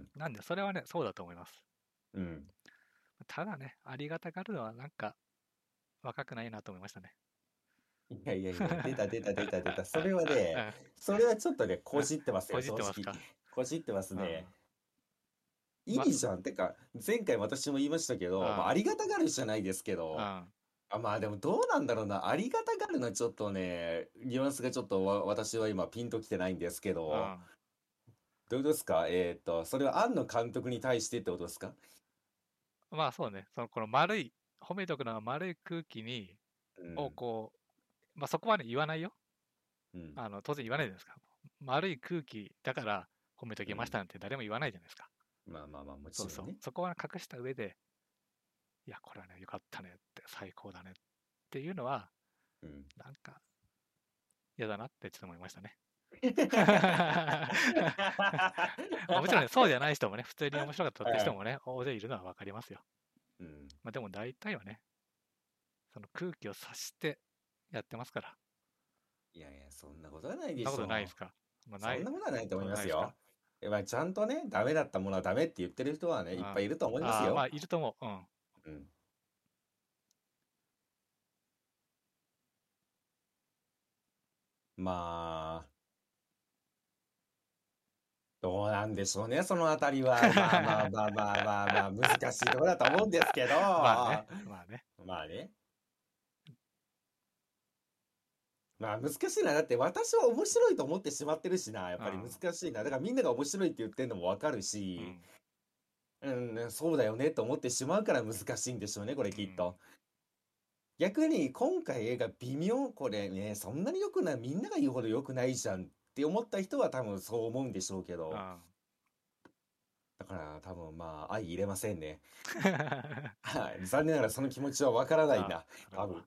なんで、それはね、そうだと思います。 うん。 ただね、ありがたがるのはなんか若くないなと思いましたね。 いやいやいや、出た出た出た出た。それはね、それはちょっとね、こじってますよ、 こじっ正直。 てますか？ こじってますうん。 ね。いま、 いじゃん。てか、前回私も言いましたけど、まあ、 うん。 ありがたがるじゃないですけど、 うん。 まあでもどうなんだろうな。ありがたがるのはちょっとね、ニュアンスがちょっと私は今ピンときてないんですけど、 うん。 どういうことですか？それは庵野監督に対してってことですか？ まあそうね、この丸い、褒めとくのは丸い空気に、をうん。 こう、まあそこはね、言わないよ。 うん。 当然言わないじゃないですか。丸い空気だから褒めときましうん。 たなんて誰も言わないじゃないですか。 まあまあまあ、もそうそう。 ちろんね。 そこは隠した上で、いや、これはね、よかったねって、最高だねっていうのは、 うん。 なんか嫌だなってちょっと思いましたね。まあもちろんね、そうじゃない人もね、普通に面白かったって人もね、大勢いるのはわかりますよ。 うん。 まあでも大体はね、その空気を察してやってますから。 いやいや、そんなことはないでそんなことないでしょすか？まあう。そんなことはないと思いそんなないですか？ ますよ。まあ、ちゃんとね、ダメだったものはダメって言ってる人はね、いっぱいいると思いますまよ。 あいると思う。うん。 うん。 まあ、どうなんでしょうね、そのあたりは。まあまあまあまあまあまあ、難しいところだと思うんですけど、 まあね、まあね。 まあね。まあ難しいな。だって私は面白いと思ってしまってるしな。やっぱり難しいな。だからみんなが面白いって言ってんのもわかるし、そうだよねと思ってしまうから難しいんでしょうね、これきっと。逆に今回映画微妙、これね、そんなに良くない、みんなが言うほど良くないじゃんって思った人は多分そう思うんでしょうけど、だから多分まあ相入れませんね。はい。残念ながらその気持ちはわからないな、多分。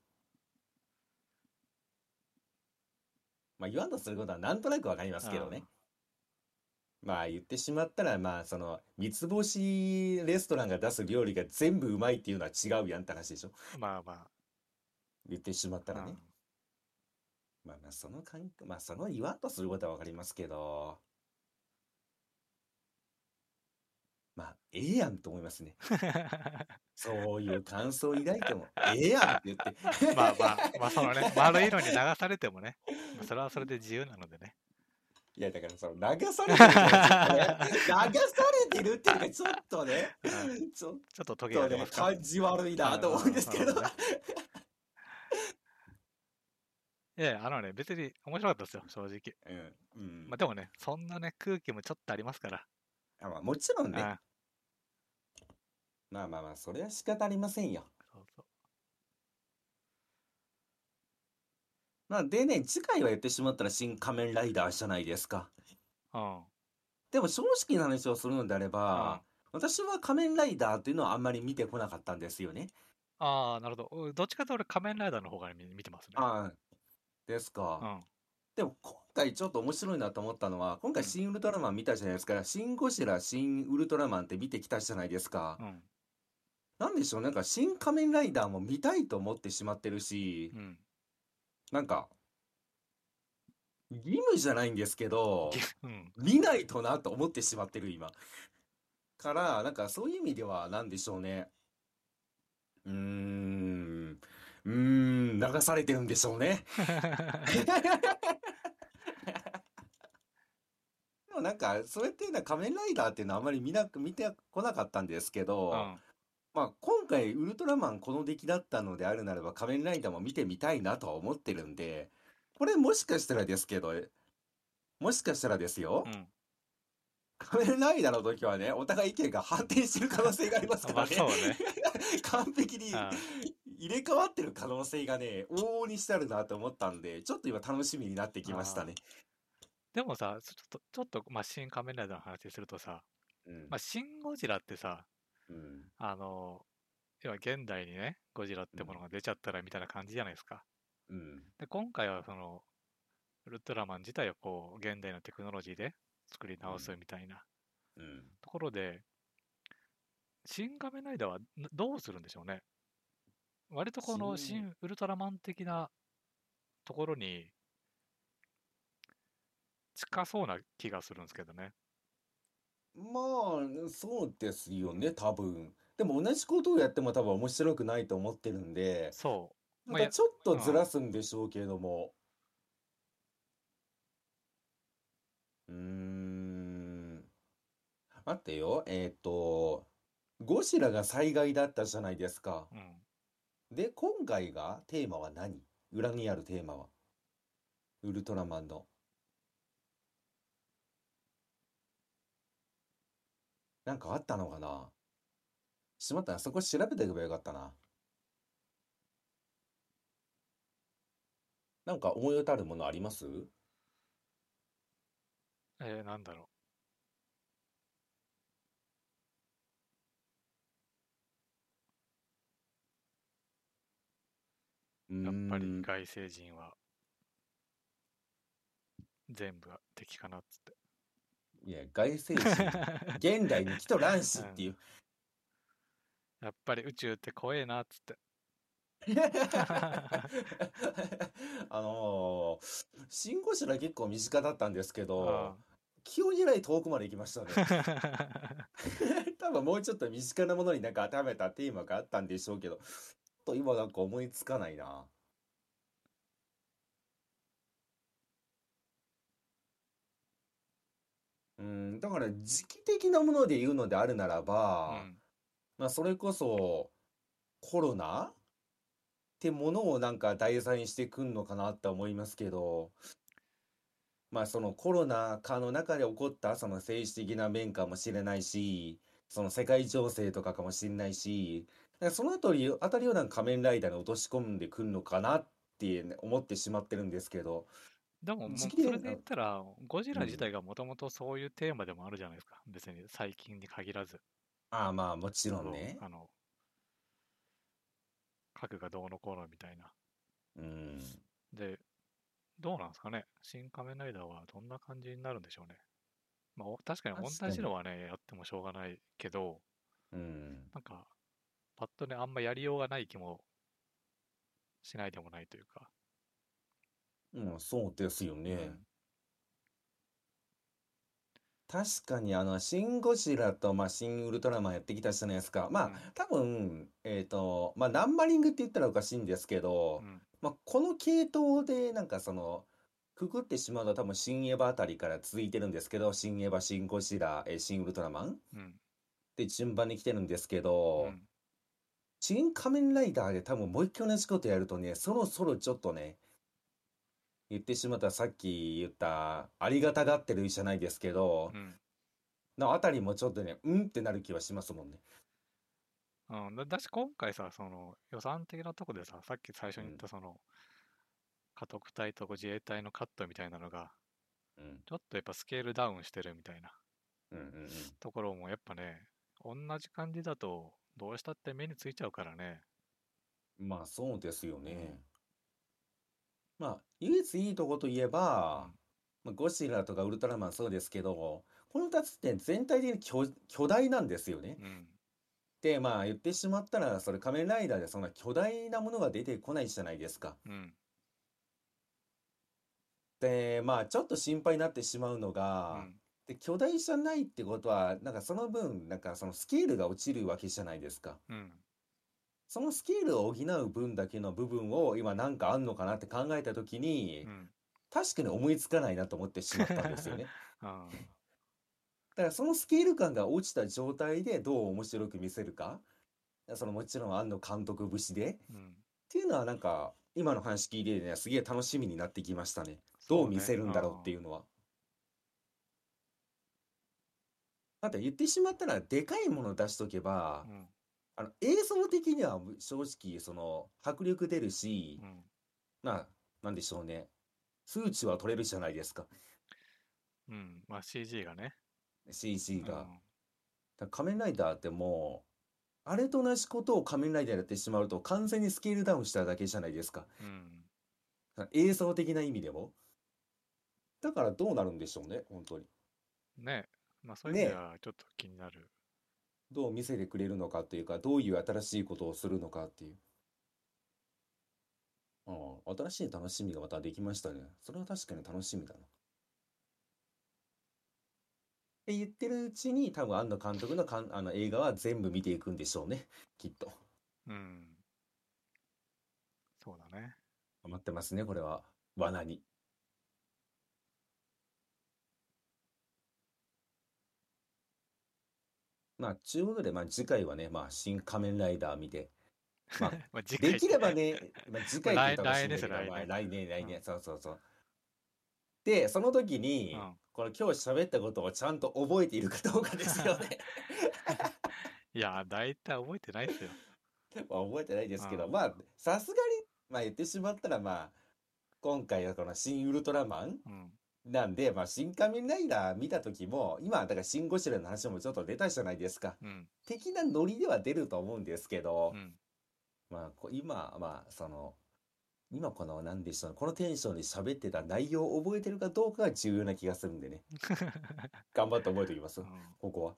まあ言わんとすることはなんとなくわかりますけどね。まあ言ってしまったら、まあその三つ星レストランが出す料理が全部うまいっていうのは違うやんって話でしょ。 まあまあ。 言ってしまったらね。まあまあその感覚、まあその言わんとすることはわかりますけど、まあええやんと思いますね。そういう感想を抱いても、ええやんって言って。 まあまあ、まあそのね、丸いのに流されてもね、まあ、それはそれで自由なのでね。 いやだからその流されてるっていうのはちょっとね、流されてるっていうのがちょっとね、ちょっちょっとトゲあとね、 りますか？ 感じ悪いなと思うんですけど。 いやいや、別に面白かったですよ、正直。まあでもね、そんなね、空気もちょっとありますから。 まあもちろんね。まあまあまあ、それは仕方ありませんよ。 そうそう。 まあでね、次回は言ってしまったら新仮面ライダーじゃないですか。でも正直な話をするのであれば、私は仮面ライダーっていうのはあんまり見てこなかったんですよね。 ああ、なるほど。どっちかというと俺仮面ライダーの方が見てますね。 ああ、ですか。でも今回ちょっと面白いなと思ったのは、今回新ウルトラマン見たじゃないですか。新ゴジラ、新ウルトラマンって見てきたじゃないですか。なんでしょう、なんか新仮面ライダーも見たいと思ってしまってるし、なんか、義務じゃないんですけど、見ないとなと思ってしまってる今。から、なんかそういう意味では何でしょうね。流されてるんでしょうね。でもなんか、それっていうのは仮面ライダーっていうのはあまり見てこなかったんですけど、まあ今回ウルトラマンこの出来だったのであるならば仮面ライダーも見てみたいなとは思ってるんで、これもしかしたらですけど、もしかしたらですよ、仮面ライダーの時はね、お互い意見が反転してる可能性がありますからね。完璧に入れ替わってる可能性がね、往々にしてあるなと思ったんで、ちょっと今楽しみになってきましたね。 でもさ、ちょっと、まあ、新仮面ライダーの話するとさ、まあ、シン・ゴジラってさ、要は現代にね、ゴジラってものが出ちゃったらみたいな感じじゃないですか。で、今回はその、ウルトラマン自体をこう、現代のテクノロジーで作り直すみたいなところで、新仮面ライダーはどうするんでしょうね。割とこの新ウルトラマン的なところに近そうな気がするんですけどね。 まあ、そうですよね、多分。でも同じことをやっても多分面白くないと思ってるんで、 そう。 またちょっとずらすんでしょうけれども。待ってよ。ゴジラが災害だったじゃないですか。で、今回がテーマは何？裏にあるテーマは。ウルトラマンの。なんかあったのかな？しまったな。そこ調べておけばよかったな。なんか思い当たるものあります？ なんだろう。やっぱり外星人は全部が敵かなっつって。 いや、外星人、現代に来とらんしっていう。 やっぱり宇宙って怖えなっつって。 シン・ゴジラ結構身近だったんですけど、気を入れない遠くまで行きましたね。多分もうちょっと身近なものになんか当てはめたテーマがあったんでしょうけど、ちょっと今なんか思いつかないな。 だから時期的なもので言うのであるならうば、 ん。 まあそれこそコロナってものをなんか題材にしてくんのかなって思いますけど、まあそのコロナ禍の中で起こったその政治的な面かもしれないし、その世界情勢とかかもしれないし、なんかそのあたりをなんか仮面ライダーに落とし込んでくんのかなってね思ってしまってるんですけど、 でも、もう、 時期的に、 それで言ったら、ゴジうん。 ラ自体がもともとそういうテーマでもあるじゃないですか。別に最近に限らず。 ああまあもちろんそう、 ね。 核がどうのこうのみたいな。 うん。 で、どうなんですかね。新仮面ライダーはどんな感じになるんでしょうね。まあ、確かに確かに。 同じのはね、やってもしょうがないけど、 うん。 なんか、パッとね、あんまやりようがない気もしないでもないというか。 うん、そうですよね。 うん。 確かにシン・ゴジラと、まあ、シン・ウルトラマンやってきたじゃないですか。まあ、 うん。 多分、まあ、ナンバリングって言ったらおかしいんですけど、 うん。 まあ、この系統で、なんかその、くくってしまうと多分、シン・エヴァあたりから続いてるんですけど、シン・エヴァ、シン・ゴジラ、シン・ウルトラマンっうん。 て順番に来てるんですけど、 うん。 シン・仮面ライダーで多分もう一回同じことやるとね、そろそろちょっとね、言ってしまったらさっき言った、ありがたがってるじゃないですけど、 うん。 のあたりもちょっとね、うんってなる気はしますもんね。 うん、だし今回さ、予算的なとこでさ、さっき最初に言っうん、 た家督隊と自衛隊のカットみたいなのが、 うん、 ちょっとやっぱスケールダウンしてるみたいなうん、うん、 ところもやっぱね、同じ感じだとどうしたって目についちゃうからね。 うん。まあそうですようん。 ね。まあ、唯一いいとこといえば、 うん。 まあ、ゴジラとかウルトラマンそうですけど、この2つって全体的に巨大なんですよね。 うん。 で、まあ言ってしまったら、それ仮面ライダーでそんな巨大なものが出てこないじゃないですか。 うん。 で、まあちょっと心配になってしまうのが、 うん。 で、巨大じゃないってことは、なんかその分、なんかそのスケールが落ちるわけじゃないですか。 うん。 そのスケールを補う分だけの部分を今なんかあんのかなって考えたときに、 うん。 確かに思いつかないなと思ってしまったんですよね。 あだからそのスケール感が落ちた状態でどう面白く見せるか。そのもちろん庵野監督節で。っうん。 ていうのはなんか今の話聞いてね、すげえ楽しみになってきましたね。どう見そうね。 せるんだろうっていうのは。だって言ってしまったらでかいものを出しとけば、 うん。 映像的には正直その迫力出るし、 うん。 まあ、なんでしょうね。数値は取れるじゃないですか。 うん。まあ CG がね。 CG が。だかうん。 ら仮面ライダーってもう、あれと同じことを仮面ライダーやってしまうと完全にスケールダウンしただけじゃないですか。 うん。 映像的な意味でも。だからどうなるんでしょうね、本当に。 ね。まあそういう意味でね、 はちょっと気になる。 どう見せてくれるのかっていうか、どういう新しいことをするのかっていう。新しい楽しみがまたできましたね。それは確かに楽しみだな。って言ってるうちに多分庵野監督の映画は全部見ていくんでしょうね。きっと。 うん。そうだね。 待ってますね、これは。罠に。まあ、ちゅうことで、まあ次回はね、まあ新仮面ライダー見て、まあ、 まあ次回ってできればね、まあ次まあ回って言ったらおかしい来年ですよ、 んだけど、まあ来年。 来年、 うん。 そうそうそう。で、その時に、 うん。 この今日喋ったことをちゃんと覚えているかどうかですよね。 いや、大体覚えてないっすよ。 まあ覚えてないでうん。 すけど、まあ、さすがに、まあ言ってしまったら、まあ、今回はこの新ウルトラマンうん。 なんで、まあ、新仮面ライダー見た時も、今、だから新ゴジラの話もちょっと出たじゃないですか。 うん。 的なノリでは出ると思うんですけど、 うん。 まあ、今、まあ、今この、なんでしょうね、このテンションで喋ってた内容を覚えてるかどうかが重要な気がするんでね。頑張って覚えておきます。 うん。 ここは。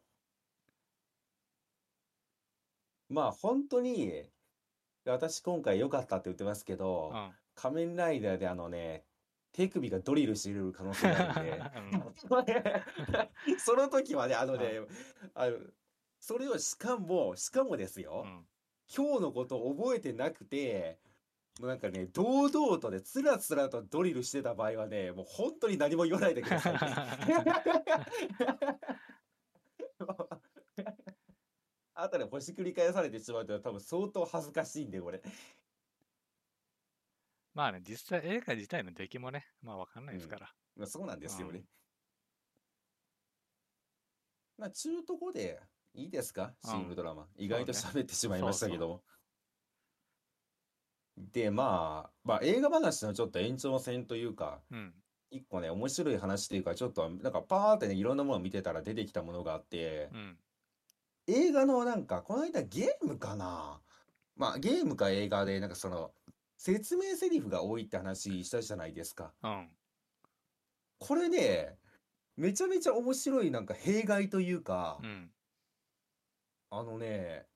まあ、本当に、私今回良かったって言ってますけど、 うん。 仮面ライダーで手首がドリルしてる可能性があるんで、 うん。 その時はね、 うん。 あの、それをしかもですよ、 うん。 今日のことを覚えてなくて、 もうなんかね、堂々とね、つらつらとドリルしてた場合はね、もう本当に何も言わないでくださいね。後でほし繰り返されてしまうと多分相当恥ずかしいんで、これ。 まあね、実際映画自体の出来もね、まあわかんないですから。 まあ、そうなんですよね。 うんまあ、中とこでいいですか、 うんシン・ウルトラマン。意そうね外と喋ってしまいましたけそうども。で、まあ、映画話のちょっと延長線というか、 うん。 一個ね、面白い話というか、ちょっと、なんかパーってね、いろんなものを見てたら出てきたものがあって、 うん。 映画のなんか、この間ゲームかな、まあ、ゲームか映画で、なんかその、説明セリフが多いって話したじゃないですか。 うん。 これね、めちゃめちゃ面白いなんか弊害というか、 うん。 あのね、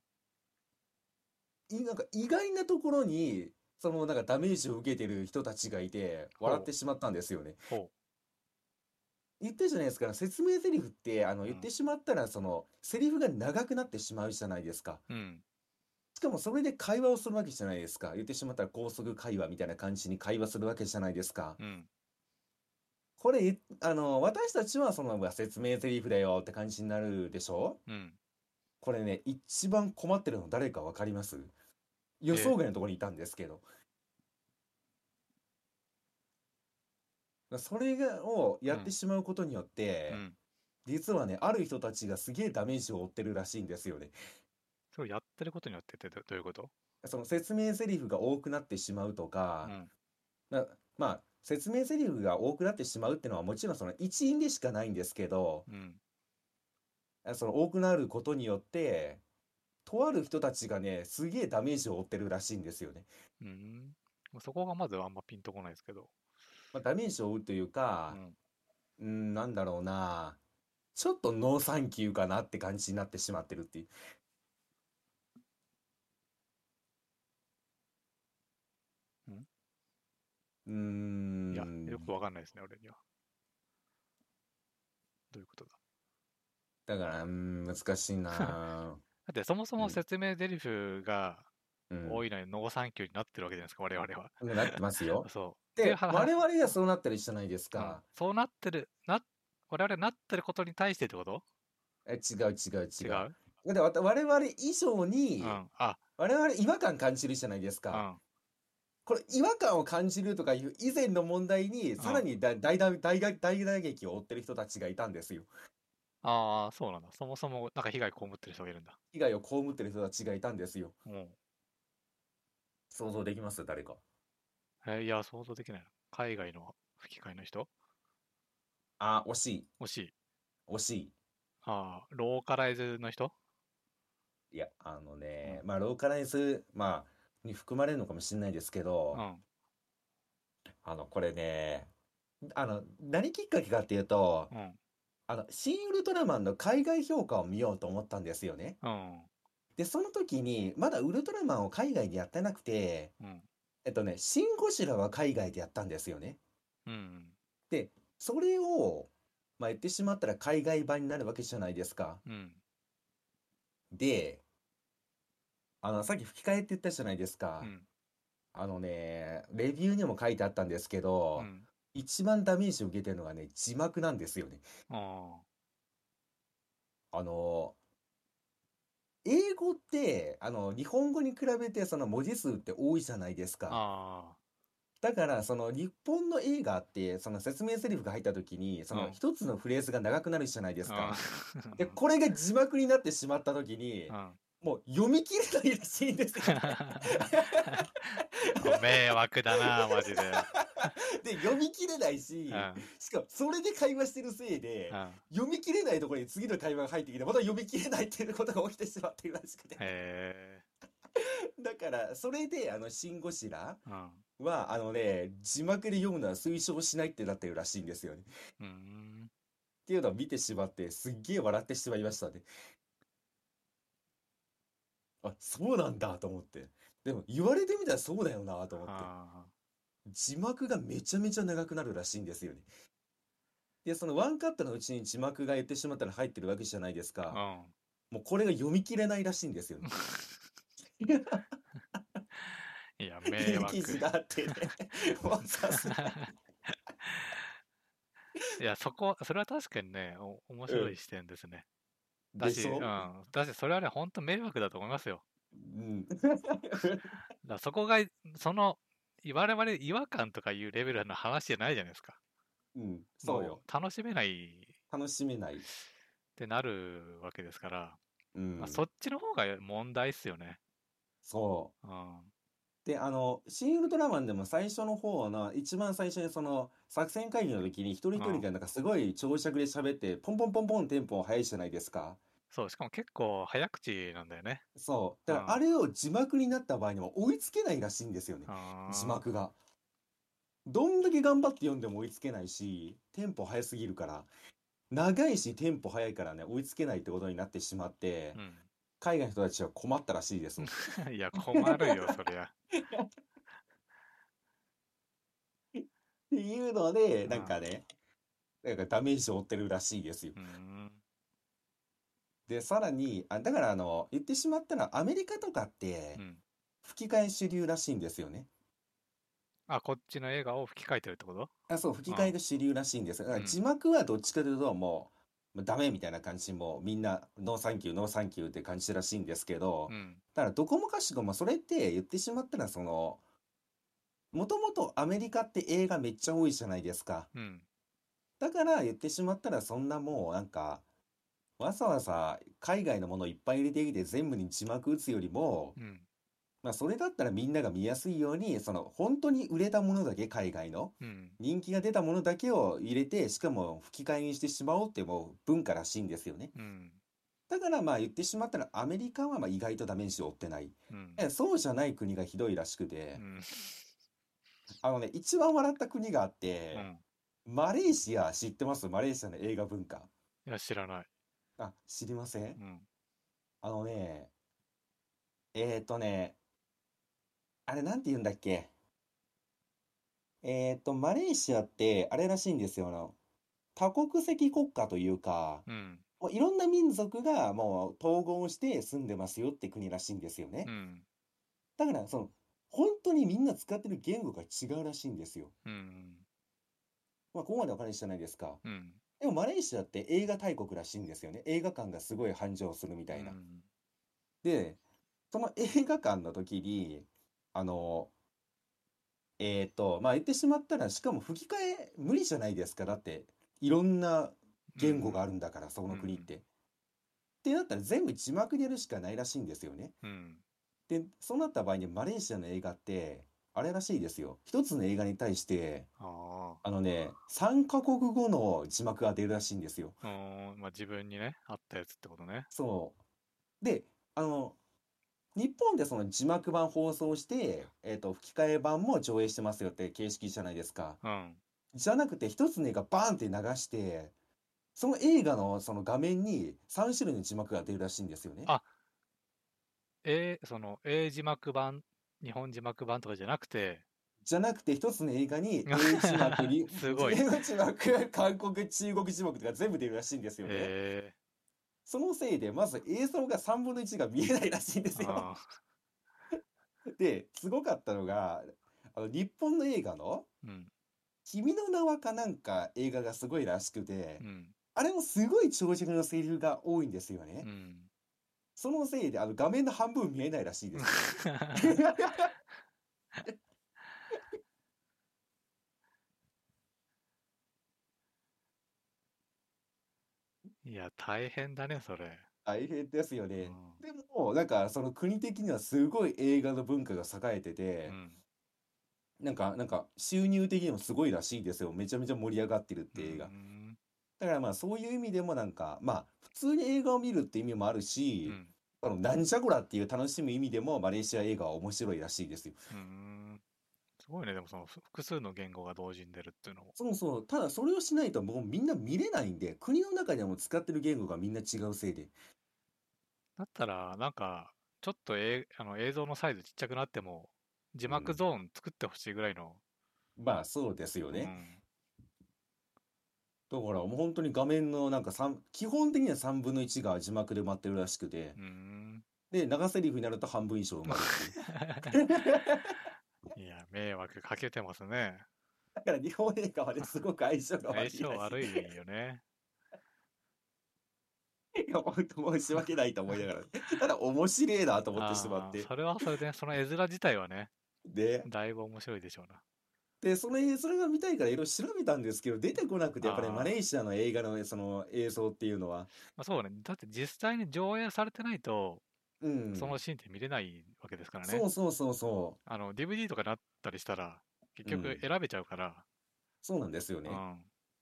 なんか意外なところに、そのなんかダメージを受けてる人たちがいて、笑っほう。 てしまったんですよね。 ほ言ったじゃないですか、説明セリフって、 う。う言ってん。 しまったら、その、セリフが長くなってしまうじゃないですか。 うん。 しかもそれで会話をするわけじゃないですか。言ってしまったら高速会話みたいな感じに会話するわけじゃないですか。 うん。 これ、私たちはその、説明セリフだよって感じになるでしょ。 うん。 これね、一番困ってるの誰かわかります？予え、 想外のところにいたんですけど。それをやってうん。 しまうことによって、 うん。 実はね、ある人たちがすげえダメージを負ってるらしいんですよね。 それをやってることによってってどういうこと？ その説明セリフが多くなってしまうとか、 うん。 まあ、説明セリフが多くなってしまうっていうのはもちろんその一因でしかないんですけど、 うん。 その多くなることによって、とある人たちがね、すげえダメージを負ってるらしいんですよね。 うん。そこがまずあんまピンとこないですけど。 まあ、ダメージを負うというか、 うん。 なんだろうな、ちょっとノーサンキューかなって感じになってしまってるっていう。 うん。 うーいや、よん。 くわかんないですね、俺には。どういうことだ。 だから、難しいな。 だってそもそもうん。 説明台詞がうん。 多いのにノーサンキューになってるわけじゃないですか、我々は。 なってますよ。 そう。っていうで、我話、 々がそうなったりじゃないですうん。 か。 そうなってる、我々なってることに対してってこと？ 違う違う違う。 違う。 で、我々以上に、 うん。あ、 我々違和感感じるじゃないですか。 うん。 これ違和感を感じるとかいう以前の問題に、 うん。 さらに大打撃を負ってる人たちがいたんですよ。 ああ、そうなんだ。そもそもなんか被害被ってる人がいるんだ。 被害を被ってる人たちがいたんですよ。 うん。 想像できます？誰か。 いや、想像できないな。海外の吹き替えの人？ あ、惜しい。 もし、 惜しい。 ローカライズの人？ いや、 うん。 まあ、ローカライズ、まあ、に含まれるのかもしれないですけど、 うん。 これね、何きっかけかっていうと、 うん。 シン・ウルトラマンの海外評価を見ようと思ったんですよね。 うん。 で、その時に、まだウルトラマンを海外でやってなくて、 うん。 シン・ゴジラは海外でやったんですよね。 うん。 で、それを、まあ、言ってしまったら海外版になるわけじゃないですか。 うん。 で、さっき吹き替えって言ったじゃないですか。 うん。 レビューにも書いてあったんですけど、 うん。 一番ダメージを受けてるのがね、字幕なんですよね。 ああの、英語って、日本語に比べてその文字数って多いじゃないですあ。 か。 あだから、その日本の映画って、その説明セリフが入った時に、そあ。うのん。 一つのフレーズが長くなるじゃないですか。で、 うん。 これが字幕になってしまった時に、 うん。 もう読み切れないらしいんですよね。 迷惑だな、マジで。 で、読み切れないし、 うん。 しかもそれで会話してるせいで、 うん。 読み切れないところに次の会話が入ってきて、また読み切れないっていうことが起きてしまっているらしくて。 へえ。 だから、それで、シン・ゴジラうん。 は、字幕で読むのは推奨しないってなってるらしいんですよね。っうん。 ていうのを見てしまって、すっげえ笑ってしまいましたね。あ、そうなんだと思って。でも、言われてみたらそうだよなと思って。 あ字幕がめちゃめちゃ長くなるらしいんですよね。で、そのワンカットのうちに字幕が言ってしまったら入ってるわけじゃないですか。 あ。 もうこれが読み切れないらしいんですよね。 いや、迷惑。 記事があってね。もうさすがに。 いや、それは確かにね、面白い視点ですね。だし、 でしょ？ それはね、ほんと迷惑だと思いますよ。 うん。 そこが、我々違和感とかいうレベルの話じゃないじゃないですか。 うん、そうよ。 もう楽しめない楽しめない。 ってなるわけですから、そうん。 っちの方が問題っすよね。 そう。 うん。 で、シン・ウルトラマンでも最初の方の、一番最初にその、作戦会議の時に一人一人がなんかすごい長尺で喋って、ポンポンポンポンテンポ速いじゃないですか。 そう、しかも結構早口なんだよね。 そう。 うん。 だからあれを字幕になった場合にも追いつけないらしいんですよね。字あ幕が。どんだけ頑張って読んでも追いつけないし、テンポ速すぎるから、長いしテンポ速いからね、追いつけないってことになってしまって、 ー、 海外の人たちは困ったらしいですもん。 うん。いや、困るよ、そりゃ。 っていうので、 うん。 なんかね、なんかダメージを負ってるらしいですよ。 うん。 で、さらに、だから言ってしまったらアメリカとかってうん。 吹き替え主流らしいんですよね。 あ、こっちの映画を吹き替えてるってこと？ そう、吹き替えが主流らしいんです。だからうん。 字幕はどっちかというともうダメみたいな感じもうみんなノーサンキュー、ノーサンキューって感じらしいんですけど、 うん。 だからどこもかしこもそれって言ってしまったらもともとアメリカって映画めっちゃ多いじゃないですか。 うん。 だから言ってしまったらそんなもうなんか、わざわざ海外のものをいっぱい入れてきて全部に字幕打つよりも、 うん。 まあそれだったらみんなが見やすいように、本当に売れたものだけ、海外のうん。 人気が出たものだけを入れて、しかも吹き替えにしてしまおうってもう文化らしいんですよね。 うん。 だからまあ言ってしまったらアメリカはまあ意外とダメージを負ってない。 うん。 そうじゃない国がひどいらしくて、 うん。 一番笑った国があって、 うん。 マレーシア知ってます？マレーシアの映画文化。 いや、知らない。 あ、知りません？ うん。 あのね、えーとね、あれなんて言うんだっけ？マレーシアって、あれらしいんですよ。多国籍国家というか、 うん。 もういろんな民族がもう統合して住んでますよって国らしいんですよね。 うん。 だから、本当にみんな使ってる言語が違うらしいんですよ。 うん。 まあ、ここまでわかるじゃないですか。 うん。 でもマレーシアって映画大国らしいんですよね。映画館がすごい繁盛するみたいな。 うん。 で、その映画館の時に、あの、まあ言ってしまったら、しかも吹き替え無理じゃないですか。だって、いろんな言語があるんだから、そうん。 の国って。ってなったら全部字幕でやるしかないらしいんですよね。 うん。 で、そうなった場合にマレーシアの映画って、あれらしいですよ。一つの映画に対して、 あ 3カ国語の字幕が出るらしいんですよ。 あ。まあ、自分にね、合ったやつってことね。 そう。で、あの、日本でその字幕版放送して、吹き替え版も上映してますよって形式じゃないですか。 うん。 じゃなくて、一つの映画バーンって流して、その映画のその画面に3種類の字幕が出るらしいんですよね。 あ、英字幕版、日本字幕版とかじゃなくて、 じゃなくて、一つの映画に英字幕、 すごい。 英語字幕、韓国、中国字幕とか全部出るらしいんですよね。 えそのせいで、まず映像が3分の1が見えないらしいんですよ。 あで、すごかったのが、日本の映画の、 ー、うん。 君の名はかなんか映画がすごいらしくて、 うん。 あれもすごい長尺のセリフが多いんですよね。 うん。 そのせいで、画面の半分見えないらしいです。 いや、大変だね、それ。 大変ですよね。 うん。 でも、なんか、その国的にはすごい映画の文化が栄えてて、 うん。 なんか、収入的にもすごいらしいですよ。めちゃめちゃ盛り上がってるっうて映画。 ん。 だからまあ、そういう意味でもなんか、まあ、普通に映画を見るって意味もあるし、 うん。 なんじゃこらっていう楽しむ意味でも、マレーシア映画は面白いらしいですよ。 うん。すごいね、でも複数の言語が同時に出るっていうのも。 そうそう。ただ、それをしないともうみんな見れないんで、国の中でも使ってる言語がみんな違うせいで。 だったら、なんか、ちょっと映像のサイズちっちゃくなっても、字うん。 幕ゾーン作ってほしいぐらいの、 まあ、そうですよね。 うん。 だからもう本当に画面のなんか基本的には3分の1が字幕で埋まってるらしくて、 うん。 で、長セリフになると半分以上埋まるっていう。 迷惑かけてますね。 だから日本映画はね、すごく相性が悪い相性らしい。 悪いよね。 いや、本当申し訳ないと思いながら、ただ面白いなと思ってしまっああ、 て。 それはそれで、その絵面自体はね、 で、 だいぶ面白いでしょうな。 それが見たいからいろいろ調べたんですけど、出てこなくて、やっぱりマレああ、 ーシアの映画のその映像っていうのは、 まあ、そうね。だって実際に上映されてないと、 うん、 そのシーンって見れないわけですからね。 そうそうそうそ DVD とかなったりしたら、結う、うん、 局選べちゃうから、 そうなんですよね。っうん、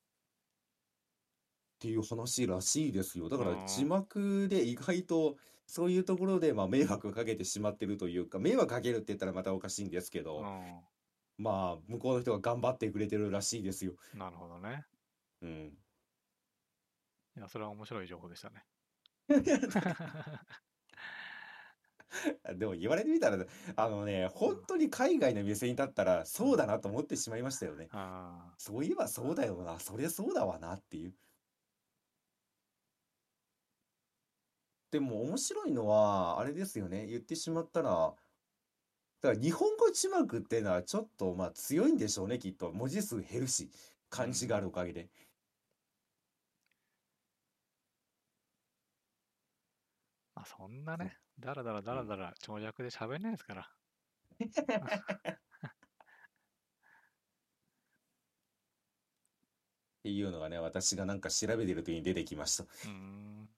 ていう話らしいですよ。だうから字ん、 幕で意外とそういうところでまあ迷惑をかけてしまってるというか、迷惑かけるって言ったらまたおかしいんですけど、 うん。 まあ向こうの人が頑張ってくれてるらしいですよ。 なるほどね。 うん。 いや、それは面白い情報でしたね。 でも言われてみたら、 うん、 本当に海外の目線に立ったらうん。 そうだなと思ってしまいましたよね。 あそういえばそうだよな、そりゃそうだわなっていう。でも面白いのは、あれですよね、言ってしまったら、だから日本語字幕っていうのはちょっとまあ強いんでしょうね、きっと。文字数減るし、 あ、うん、う漢字があるん。 おかげで。 まあ、そんなそう。 ね、だらだらだうん。 らだら長尺で喋んないですから。 っていうのがね、私がなんか調べてる時に出てきました。 うーん。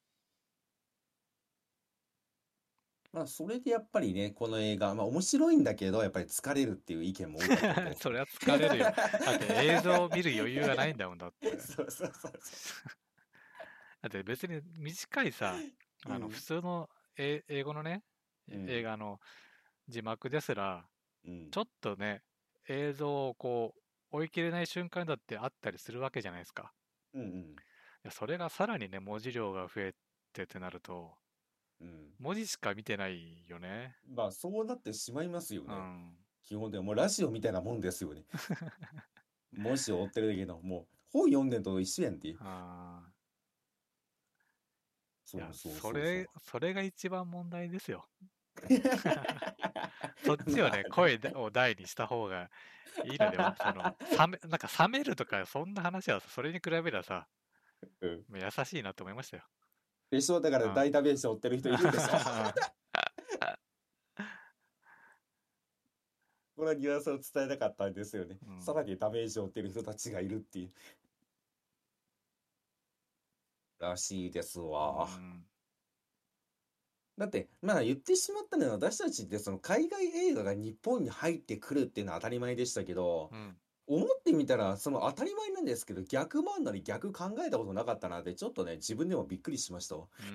まあ、それでやっぱりね、この映画、まあ面白いんだけど、やっぱり疲れるっていう意見も多かったみたいですね。 そりゃ疲れるよ。だって映像を見る余裕がないんだもんだって。 そうそうそうそだって別に短いさ、 う。うん。 普通の英語のね、 うん。 映画の字幕ですら、 うん。 ちょっとね、映像をこう、追い切れない瞬間だってあったりするわけじゃないですか。 うんうん。 いやそれがさらにね、文字量が増えてってなると、 うん。 文字しか見てないよね。 まあ、そうなってしまいますよね。 うん。 基本的にはもうラジオみたいなもんですよね。文字を追ってるだけの、もう本読んでんと一緒やんっていう。 ああ。いや、 そうそうそうそう。 それが一番問題ですよ。そっちをね、 まあね。 声を大にした方がいいのでは、なんか冷めるとか、そんな話はそれに比べればさ、 うん。 優しいなって思いましたよ。 でしょだかうん。 ら大ダメージを負ってる人いるんでしょこのニュアンスを伝えたかったんですよね。 うん。 さらにダメージを負ってる人たちがいるっていう。らしいですうわ。 ん。 だって、まあ言ってしまったのは私たちってその海外映画が日本に入ってくるっていうのは当たり前でしたけど、 うん。 思ってみたらその当たり前なんですけど逆もあんのに逆考えたことなかったなってちょっとね自分でもびっくりしましたわ。 うん。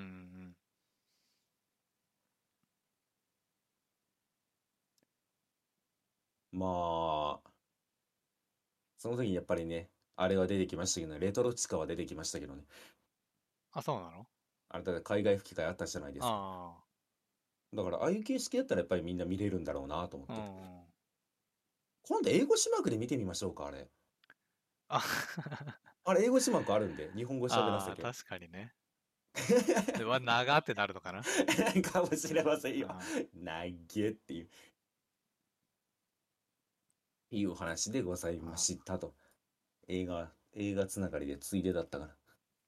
まあ、その時にやっぱりね、あれは出てきましたけどね、レトロチカは出てきましたけどね。 あ、そうなの？ あれだって海外吹き替えあったじゃないですか。 あだからああいう形式だったらやっぱりみんな見れるんだろうなと思っあ。うて。 ん。 今度英語字幕で見てみましょうか、あれ。 ああれ英語字幕あるんで、日本語喋らせあー、 て。 確かにね。で、長ってなるのかな？ かもしれませんよ。 あなっげっていう話でございまあ。 したと。映画つながりでついでだったかな。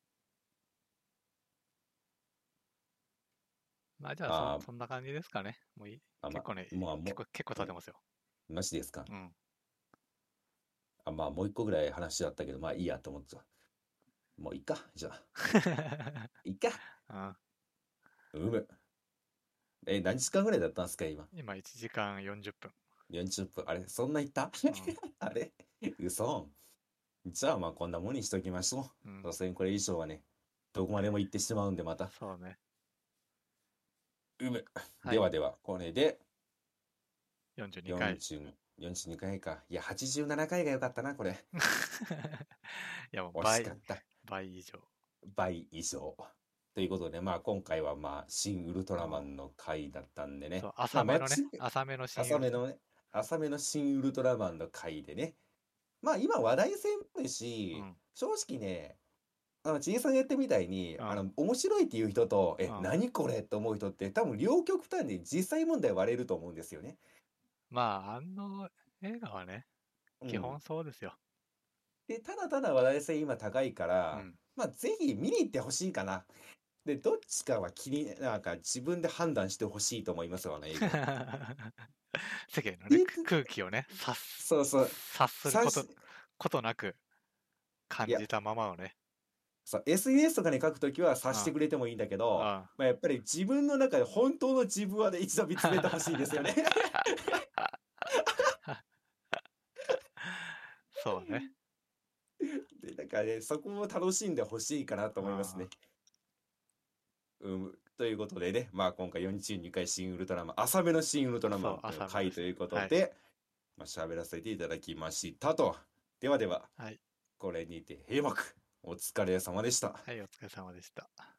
まあ、じゃあ、 あそんな感じですかね。もういい。 あ、 結構ね、結構うん、 経ってますよ。 マジですか。 うん。 まあ、もう一個ぐらい話あったけど、まあいいやと思ってた。もういいか、じゃあ。いいか。 あうむ。何時間ぐらいだったんですか、今。 今1時間40分。 40分。あれ、そんな言ったうん。 あれ嘘。じゃあ、まあ、こんなもんにしときましょう。 うん。 所詮これ以上はね、どこまでも行ってしまうんで、また。 そうね。 うむ。 はい。 ではでは、これで、 42回。 40、42回か。いや、87回が良かったな、これ。 いや、もう惜しかった。 倍以上。 倍以上。ということで、まあ、今回は、まあ、新ウルトうん。 ラマンの回だったんでね。 そう、 まあ、 浅めの新ウルト。 浅めのね、浅めの新ウルトラマンの回でね。まあ、今話題性もあるし、 うん。 正直ね、ちいさんがやってみたいに、 うん。 面白いっていう人と、 うん。 何これと思う人って多分両極端で実際問題割れると思うんですよね。 まあ、 映画はね、基うん。 本そうですよ。 で、ただただ話題性今高いかうら、 ん。 まあ、ぜひ見に行ってほしいかな。で、どっちかはなんか自分で判断してほしいと思いますわね、映画を。 世間のね、 で、 空気をね、 そうそう。 察するさし、 ことなくいや、 感じたままをね。 そう、SNS とかに書くときはうん。 察してくれてもいいんだけど、 うん。 まあ、やっぱり自分の中で本当の自分はね、一度見つめてほしいですよね。 そうね。 で、なんかね、そこを楽しんでほしいかなと思いますあね。ということでね、まあ今回42回新ウルトラマン、浅めの新ウルトラマそう、 ンの浅めでした。 回ということはい。 で、まあ、喋らせていただきましたと。ではでは、 はい。 これにて閉幕。お疲れ様でした。 はい、お疲れ様でした。